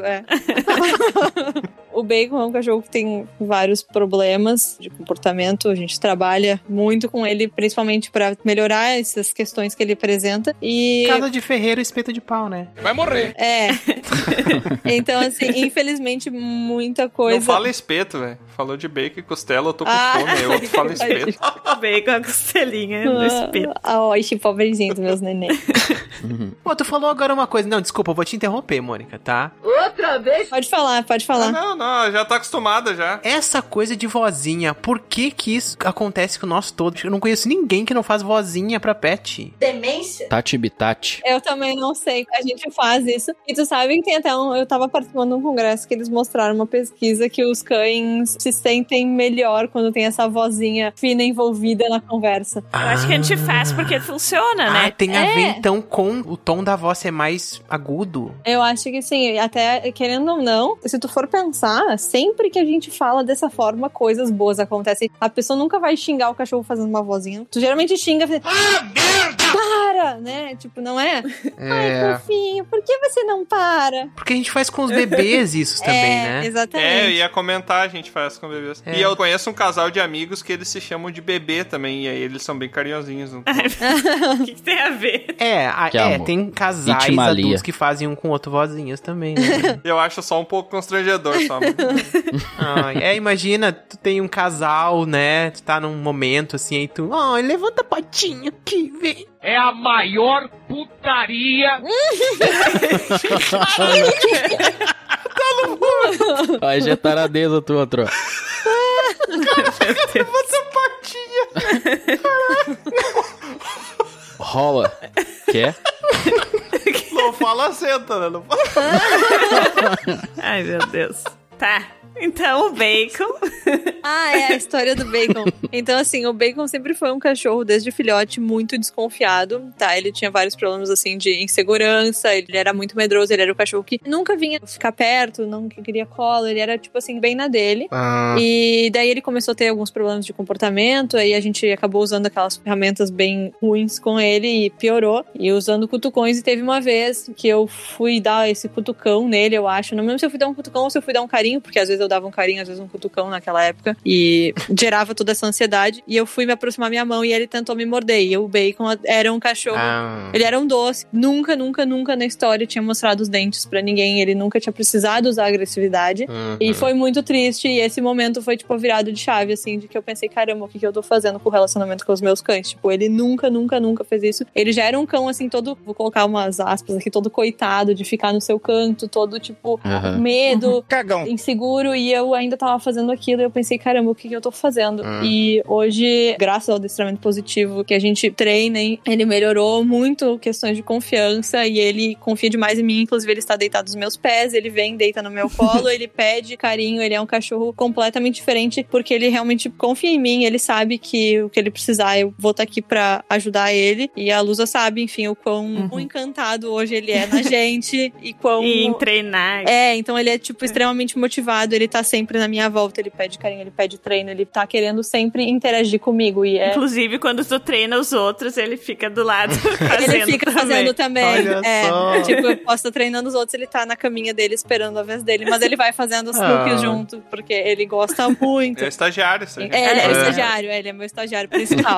O Bacon é um cachorro que tem vários problemas de comportamento. A gente trabalha muito com ele, principalmente pra melhorar essas questões que ele apresenta. E... Casa de ferreiro, espeto de pau, né? Vai morrer. Então, assim, infelizmente, muita coisa... Não fala espeto, velho. Falou de bacon e costela, eu tô com fome. Aí o outro fala espeto. Bacon, a costelinha no espeto. Oxe, pobrezinho dos meus neném. Pô, tu falou agora uma coisa. Não, desculpa, eu vou te interromper, Mônica, tá? Outra vez? Pode falar. Não, já tá acostumada já. Essa coisa de vozinha, por que isso acontece com nós todos? Eu não conheço ninguém que não faz vozinha pra pet. Demência? Tati Bitati. Eu também não sei. A gente faz isso. E tu sabe que tem até eu tava participando de um congresso que eles mostraram uma pesquisa que os cães se sentem melhor quando tem essa vozinha fina envolvida na conversa. Eu acho que a gente faz porque funciona, né? Tem a ver então com o tom da voz ser mais agudo. Eu acho que sim, até querendo ou não, se tu for pensar, sempre que a gente fala dessa forma, coisas boas acontecem. A pessoa nunca vai xingar o cachorro fazendo uma vozinha. Tu geralmente xinga, para, né? Tipo, não é? Ai, fofinho, por que você não para? Porque a gente faz com os bebês isso também, né? Exatamente. Eu ia comentar, a gente faz com bebês. E eu conheço um casal de amigos que eles se chamam de bebê também, e aí eles são bem carinhosinhos. O que tem a ver? Tem casais Itimalia. adultos que fazem um com o outro vozinhas também, né? Eu acho só um pouco constrangedor, só. Imagina, tu tem um casal, né? Tu tá num momento assim, aí tu... levanta a patinha aqui, vem. É a maior putaria. Aí já é taradeza tu, outro. Levanta a patinha. Rola. Quer? Não fala senta, né? Não fala. Ai, meu Deus. Tá. Então, o Bacon... É a história do Bacon. Então, assim, o Bacon sempre foi um cachorro, desde filhote, muito desconfiado, tá? Ele tinha vários problemas, assim, de insegurança, ele era muito medroso, ele era o cachorro que nunca vinha ficar perto, não queria colo, ele era, tipo assim, bem na dele. E daí ele começou a ter alguns problemas de comportamento, aí a gente acabou usando aquelas ferramentas bem ruins com ele e piorou. E usando cutucões, e teve uma vez que eu fui dar esse cutucão nele, eu acho. Não lembro se eu fui dar um cutucão ou se eu fui dar um carinho, porque às vezes eu dava um carinho, às vezes um cutucão naquela época, e gerava toda essa ansiedade, e eu fui me aproximar minha mão e ele tentou me morder, e o Bacon era um cachorro, ele era um doce, nunca na história tinha mostrado os dentes pra ninguém, ele nunca tinha precisado usar agressividade, e foi muito triste, e esse momento foi tipo a virada de chave, assim, de que eu pensei, caramba, o que eu tô fazendo com o relacionamento com os meus cães, tipo, ele nunca fez isso, ele já era um cão, assim, todo, vou colocar umas aspas aqui, todo coitado, de ficar no seu canto, todo, tipo, medo, cagão, inseguro, e eu ainda tava fazendo aquilo, e eu pensei, caramba, o que eu tô fazendo? E hoje, graças ao adestramento positivo que a gente treina, ele melhorou muito questões de confiança, e ele confia demais em mim, inclusive ele está deitado nos meus pés, ele vem, deita no meu colo, ele pede carinho, ele é um cachorro completamente diferente, porque ele realmente confia em mim, ele sabe que o que ele precisar, eu vou estar aqui pra ajudar ele, e a Lusa sabe, enfim, o quão encantado hoje ele é na gente, e quão... E em treinar. Então ele é, tipo, extremamente motivado, ele tá sempre na minha volta, ele pede carinho, ele pede treino, ele tá querendo sempre interagir comigo, e Inclusive, quando tu treina os outros, ele fica do lado fazendo ele fica fazendo também. Olha só. Tipo, eu posso estar treinando os outros, ele tá na caminha dele esperando a vez dele, mas ele vai fazendo os truques junto, porque ele gosta muito. É estagiário, Ele é estagiário, ele é meu estagiário principal.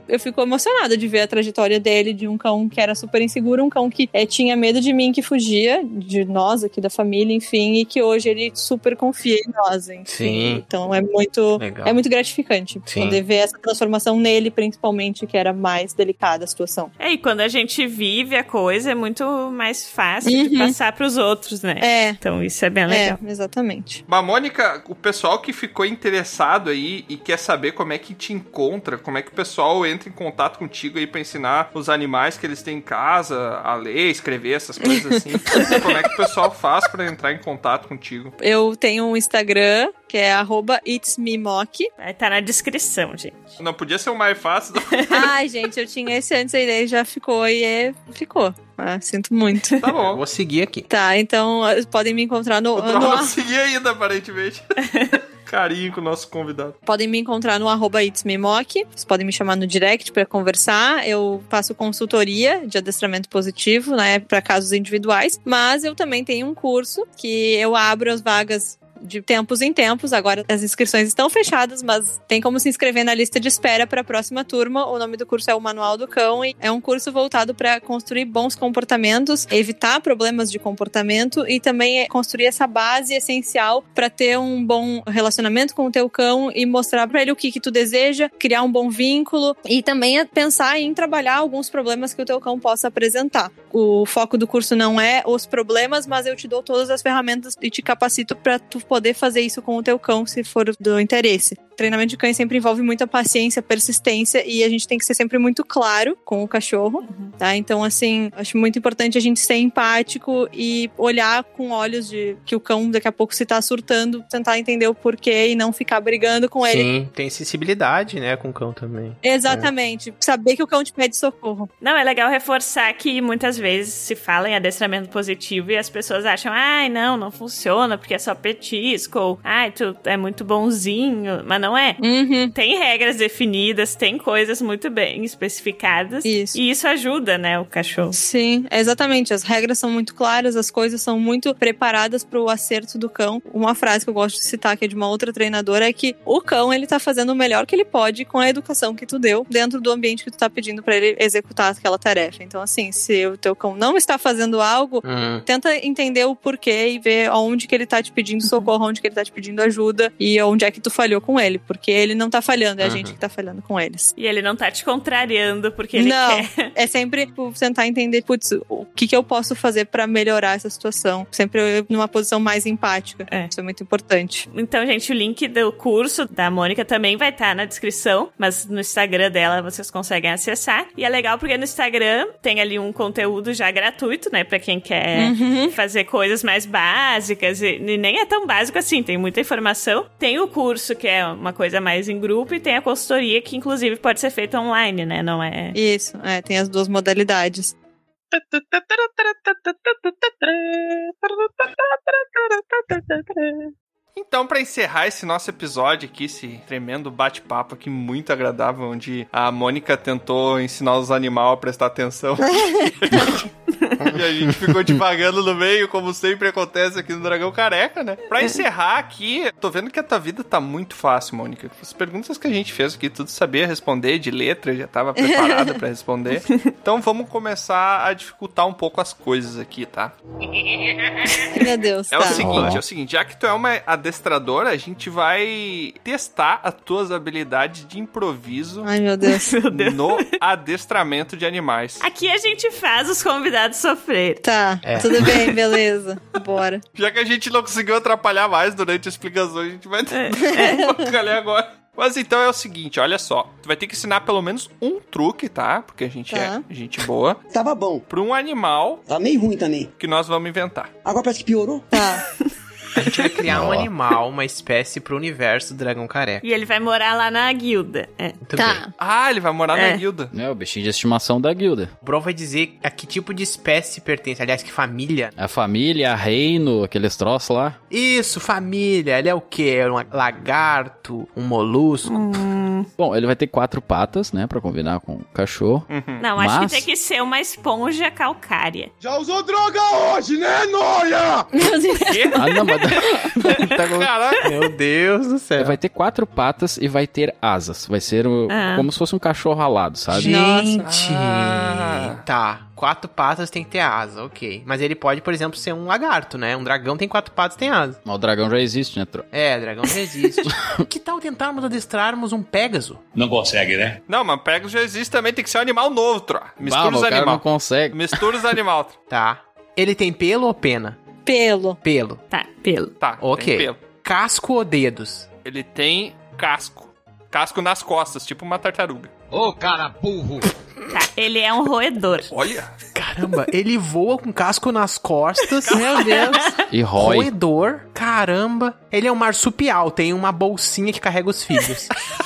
eu fico emocionada de ver a trajetória dele, de um cão que era super inseguro, um cão que tinha medo de mim, que fugia de nós aqui da família, enfim, e que hoje ele super confia em nós, enfim. Sim. Então é muito gratificante poder ver essa transformação nele, principalmente, que era mais delicada a situação. E quando a gente vive a coisa, é muito mais fácil de passar pros outros, né? Então isso é bem legal. Exatamente. Mas, Mônica, o pessoal que ficou interessado aí e quer saber como é que te encontra, como é que o pessoal entra em contato contigo aí pra ensinar os animais que eles têm em casa a ler, escrever, essas coisas assim. Como é que o pessoal faz pra entrar em contato contigo? Eu tenho um Instagram, que é @itsmemok. Vai estar na descrição, gente. Não podia ser o mais fácil. Ai, gente, eu tinha esse antes, a ideia já ficou e ficou. Sinto muito. Tá bom. Eu vou seguir aqui. Tá, então podem me encontrar no... Eu não segui ainda, aparentemente. Carinho com o nosso convidado. Podem me encontrar no @itsmemok. Vocês podem me chamar no direct pra conversar. Eu faço consultoria de adestramento positivo, né, pra casos individuais. Mas eu também tenho um curso que eu abro as vagas de tempos em tempos. Agora as inscrições estão fechadas, mas tem como se inscrever na lista de espera para a próxima turma. O nome do curso é o Manual do Cão e é um curso voltado para construir bons comportamentos, evitar problemas de comportamento e também construir essa base essencial para ter um bom relacionamento com o teu cão e mostrar para ele o que tu deseja, criar um bom vínculo e também pensar em trabalhar alguns problemas que o teu cão possa apresentar. O foco do curso não é os problemas, mas eu te dou todas as ferramentas e te capacito para tu poder fazer isso com o teu cão, se for do interesse. Treinamento de cães sempre envolve muita paciência, persistência e a gente tem que ser sempre muito claro com o cachorro, tá? Então, assim, acho muito importante a gente ser empático e olhar com olhos de que o cão daqui a pouco se tá surtando, tentar entender o porquê e não ficar brigando com ele. Sim, tem sensibilidade, né, com o cão também. Exatamente. Saber que o cão te pede socorro. Não, é legal reforçar que muitas vezes se fala em adestramento positivo e as pessoas acham, não funciona porque é só petisco, ou, tu é muito bonzinho, mas não é. Tem regras definidas, tem coisas muito bem especificadas. Isso. E isso ajuda, né, o cachorro. Sim, exatamente. As regras são muito claras, as coisas são muito preparadas pro acerto do cão. Uma frase que eu gosto de citar, que é de uma outra treinadora, é que o cão, ele tá fazendo o melhor que ele pode com a educação que tu deu dentro do ambiente que tu tá pedindo pra ele executar aquela tarefa. Então, assim, se o teu cão não está fazendo algo, tenta entender o porquê e ver onde que ele tá te pedindo socorro, onde que ele tá te pedindo ajuda e onde é que tu falhou com ele, porque ele não tá falhando, é a gente que tá falhando com eles. E ele não tá te contrariando porque ele quer. É sempre tentar entender, o que eu posso fazer pra melhorar essa situação. Sempre numa posição mais empática. Isso é muito importante. Então, gente, o link do curso da Mônica também vai estar na descrição, mas no Instagram dela vocês conseguem acessar. E é legal porque no Instagram tem ali um conteúdo já gratuito, né, pra quem quer fazer coisas mais básicas e nem é tão básico assim, tem muita informação. Tem o curso, que é uma coisa mais em grupo, e tem a consultoria, que inclusive pode ser feita online, né? Não é... Isso, tem as duas modalidades. Então, pra encerrar esse nosso episódio aqui, esse tremendo bate-papo aqui muito agradável, onde a Mônica tentou ensinar os animais a prestar atenção. E a gente ficou divagando no meio, como sempre acontece aqui no Dragão Careca, né? Pra encerrar aqui, tô vendo que a tua vida tá muito fácil, Mônica. As perguntas que a gente fez aqui, tudo sabia responder de letra, já tava preparada pra responder. Então vamos começar a dificultar um pouco as coisas aqui, tá? Meu Deus, É o seguinte, já que tu é uma adestradora, a gente vai testar as tuas habilidades de improviso. Ai, meu Deus. No adestramento de animais. Aqui a gente faz os convidados sofrer. Tá, tudo bem, beleza. Bora. Já que a gente não conseguiu atrapalhar mais durante a explicação, a gente vai calhar agora. Mas então é o seguinte, olha só. Tu vai ter que ensinar pelo menos um truque, tá? Porque a gente é gente boa. Tava bom. Pra um animal. Tá meio ruim também. Que nós vamos inventar. Agora parece que piorou. Tá. A gente vai criar um animal, uma espécie pro universo do Dragão Careca. E ele vai morar lá na guilda. Muito bem. Ele vai morar na guilda. É o bichinho de estimação da guilda. O Bron vai dizer a que tipo de espécie pertence. Aliás, que família. A família, a reino, aqueles troços lá. Isso, família. Ele é o quê? É um lagarto? Um molusco? Bom, ele vai ter 4 patas, né? Pra combinar com o cachorro. Não, acho que tem que ser uma esponja calcária. Já usou droga hoje, né, Noia? Não, mas Caraca. Meu Deus do céu. Vai ter 4 patas e vai ter asas. Vai ser como se fosse um cachorro alado, sabe? Gente! Tá. 4 patas tem que ter asa, ok. Mas ele pode, por exemplo, ser um lagarto, né? Um dragão tem 4 patas, tem asa. Mas o dragão já existe, né, Tro? É, dragão já existe. Que tal tentarmos adestrarmos um Pégaso? Não consegue, né? Não, mas Pégaso já existe também, tem que ser um animal novo, Tro. Mistura os animais. Não consegue. Mistura os animais. Tá. Ele tem pelo ou pena? Pelo. Pelo. Tá, pelo. Tá, ok. tem pelo. Casco ou dedos? Ele tem casco. Casco nas costas, tipo uma tartaruga. Ô, cara burro! Tá, ele é um roedor. Olha! Caramba, ele voa com casco nas costas. Meu Deus. E rói. Roedor. Caramba. Ele é um marsupial, tem uma bolsinha que carrega os filhos.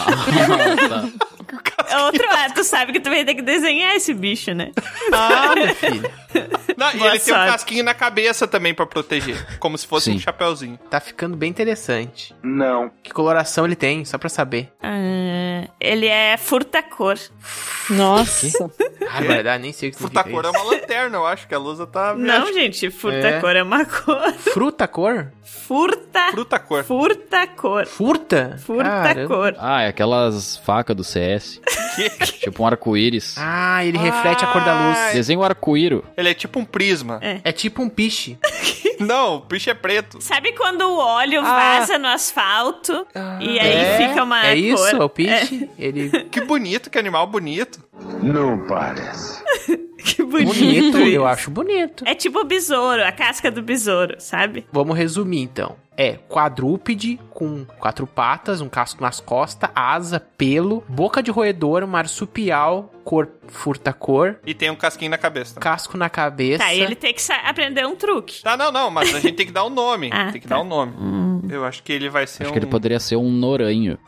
Outro tu sabe que tu vai ter que desenhar esse bicho, né? Ah, meu filho. Não, e ele tem um casquinho na cabeça também pra proteger. Como se fosse um chapéuzinho. Tá ficando bem interessante. Não. Que coloração ele tem, só pra saber? Ele é furtacor. Nossa. Ah, na verdade, nem sei o que significa Furtacor isso. é uma lanterna, eu acho que a Lusa tá... Não, gente, furtacor é uma cor. Frutacor? Frutacor. Furtacor. Furta? Furtacor. Ah, é aquelas facas do CS. Tipo um arco-íris. Ah, ele reflete a cor da luz. Desenha um arco-íro. Ele é tipo um prisma. É tipo um piche. Não, o piche é preto. Sabe quando o óleo vaza no asfalto e aí fica uma cor? É isso, é o piche. Ele... Que bonito, que animal bonito. Não parece. Que bonito Bonito, isso. eu acho bonito. É tipo o besouro, a casca do besouro, sabe? Vamos resumir, então. É quadrúpede com 4 patas, um casco nas costas, asa, pelo, boca de roedor, marsupial, cor furtacor. E tem um casquinho na cabeça. Casco na cabeça. Tá, e ele tem que aprender um truque. Tá, não, mas a gente tem que dar um nome. Tem que dar um nome. Eu acho que ele vai ser Acho que ele poderia ser um noranho.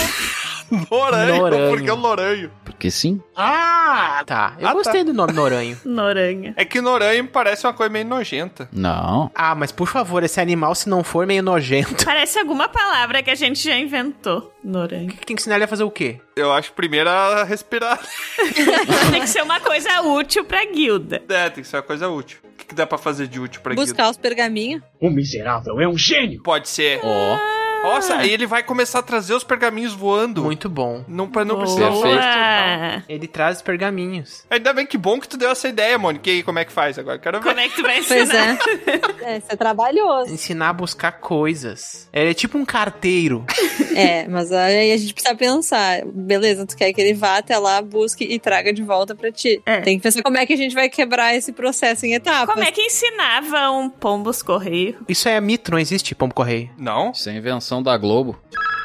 Noranho. Por que o Noranho? Porque sim. Ah, tá. Eu gostei do nome Noranho. Noranha. É que Noranho parece uma coisa meio nojenta. Não. Ah, mas por favor, esse animal, se não for meio nojento... Parece alguma palavra que a gente já inventou. Noranha. Tem que ensinar ele a fazer o quê? Eu acho primeiro a respirar. Tem que ser uma coisa útil pra guilda. É, tem que ser uma coisa útil. O que dá pra fazer de útil pra guilda? Buscar os pergaminhos. O miserável é um gênio! Pode ser. Nossa, aí ele vai começar a trazer os pergaminhos voando. Muito bom. Não precisar. Ele traz pergaminhos. Ainda bem que bom que tu deu essa ideia, Mônica. E aí, como é que faz agora? Quero ver. Como é que tu vai ensinar? Pois é. Isso é trabalhoso. Ensinar a buscar coisas. Ele é tipo um carteiro. Mas aí a gente precisa pensar. Beleza, tu quer que ele vá até lá, busque e traga de volta pra ti. Tem que pensar como é que a gente vai quebrar esse processo em etapas. Como é que ensinava um pombos correio? Isso é mito, não existe pombo correio. Não? Isso é invenção da Globo.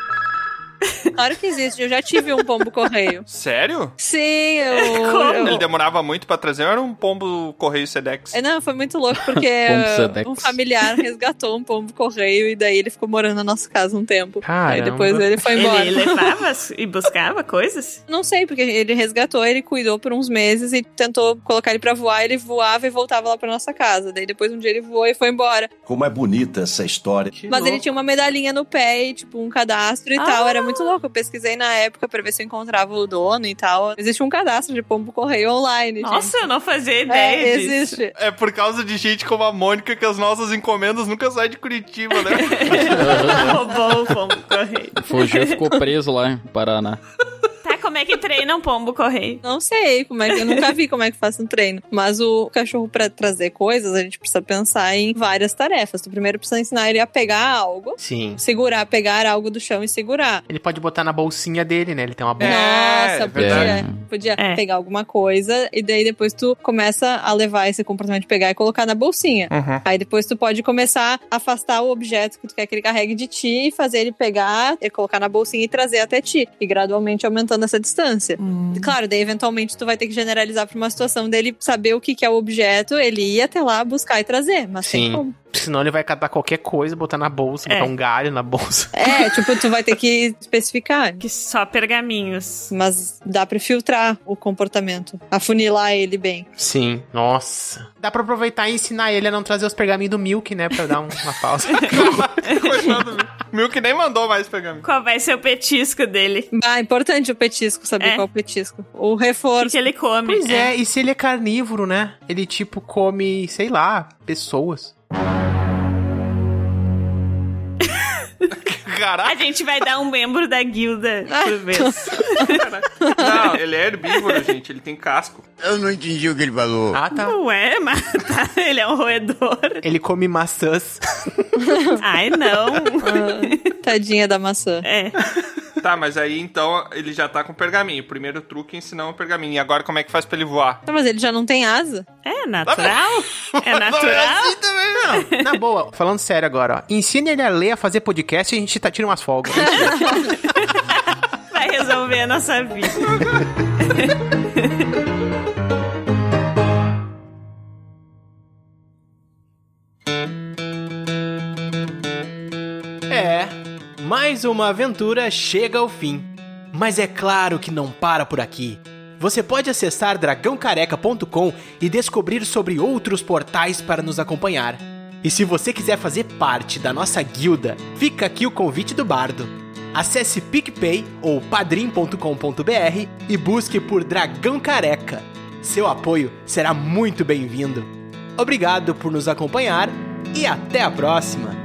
Claro que existe, eu já tive um pombo correio. Sério? Sim, Ele demorava muito pra trazer ou era um pombo correio Sedex? Não, foi muito louco porque um familiar resgatou um pombo correio e daí ele ficou morando na nossa casa um tempo. Caramba. Aí depois ele foi embora. Ele levava e buscava coisas? Não sei, porque ele resgatou, ele cuidou por uns meses e tentou colocar ele pra voar, ele voava e voltava lá pra nossa casa. Daí depois um dia ele voou e foi embora. Como é bonita essa história. Mas ele tinha uma medalhinha no pé e tipo um cadastro e tal, era muito louco. Eu pesquisei na época pra ver se eu encontrava o dono e tal. Existe um cadastro de pombo correio online. Nossa, gente. eu não fazia ideia disso. Existe. É por causa de gente como a Mônica que as nossas encomendas nunca saem de Curitiba, né? Roubou o pombo correio. Fugiu e ficou preso lá em Paraná. Como é que treina um pombo correio? Não sei, eu nunca vi como é que faz um treino. Mas o cachorro, pra trazer coisas, a gente precisa pensar em várias tarefas. Tu primeiro precisa ensinar ele a pegar algo. Sim. Pegar algo do chão e segurar. Ele pode botar na bolsinha dele, né? Ele tem uma bolsa. Nossa, podia pegar alguma coisa e daí depois tu começa a levar esse comportamento de pegar e colocar na bolsinha. Aí depois tu pode começar a afastar o objeto que tu quer que ele carregue de ti e fazer ele pegar, e colocar na bolsinha e trazer até ti. E gradualmente aumentando essa distância. Claro, daí eventualmente tu vai ter que generalizar pra uma situação dele saber o que é o objeto, ele ir até lá buscar e trazer, mas Sim. tem como. Senão ele vai catar qualquer coisa, botar na bolsa, botar um galho na bolsa. Tu vai ter que especificar. Que só pergaminhos. Mas dá pra filtrar o comportamento, afunilar ele bem. Sim, nossa. Dá pra aproveitar e ensinar ele a não trazer os pergaminhos do Milk, né, pra dar uma pausa. Coitado do Milk. Milk nem mandou mais pergaminho. Qual vai ser o petisco dele? É importante o petisco, saber qual é o petisco. O reforço. O que ele come. Pois e se ele é carnívoro, né? Ele, come, sei lá, pessoas. Caraca. A gente vai dar um membro da guilda por vez. Não, ele é herbívoro, gente. Ele tem casco. Eu não entendi o que ele falou. Ah, tá. Não é, mas tá, ele é um roedor. Ele come maçãs. Ai, não. Tadinha da maçã. É. Tá, mas aí então ele já tá com pergaminho. O primeiro truque é ensinar o pergaminho. E agora como é que faz pra ele voar? Tá, mas ele já não tem asa? É natural. É natural. Não é assim também, não. Na boa, falando sério agora, ó. Ensina ele a ler, a fazer podcast e a gente tira umas folgas. Vai resolver a nossa vida. Mais uma aventura chega ao fim. Mas é claro que não para por aqui. Você pode acessar dragãocareca.com e descobrir sobre outros portais para nos acompanhar. E se você quiser fazer parte da nossa guilda, fica aqui o convite do bardo. Acesse PicPay ou padrim.com.br e busque por Dragão Careca. Seu apoio será muito bem-vindo. Obrigado por nos acompanhar e até a próxima!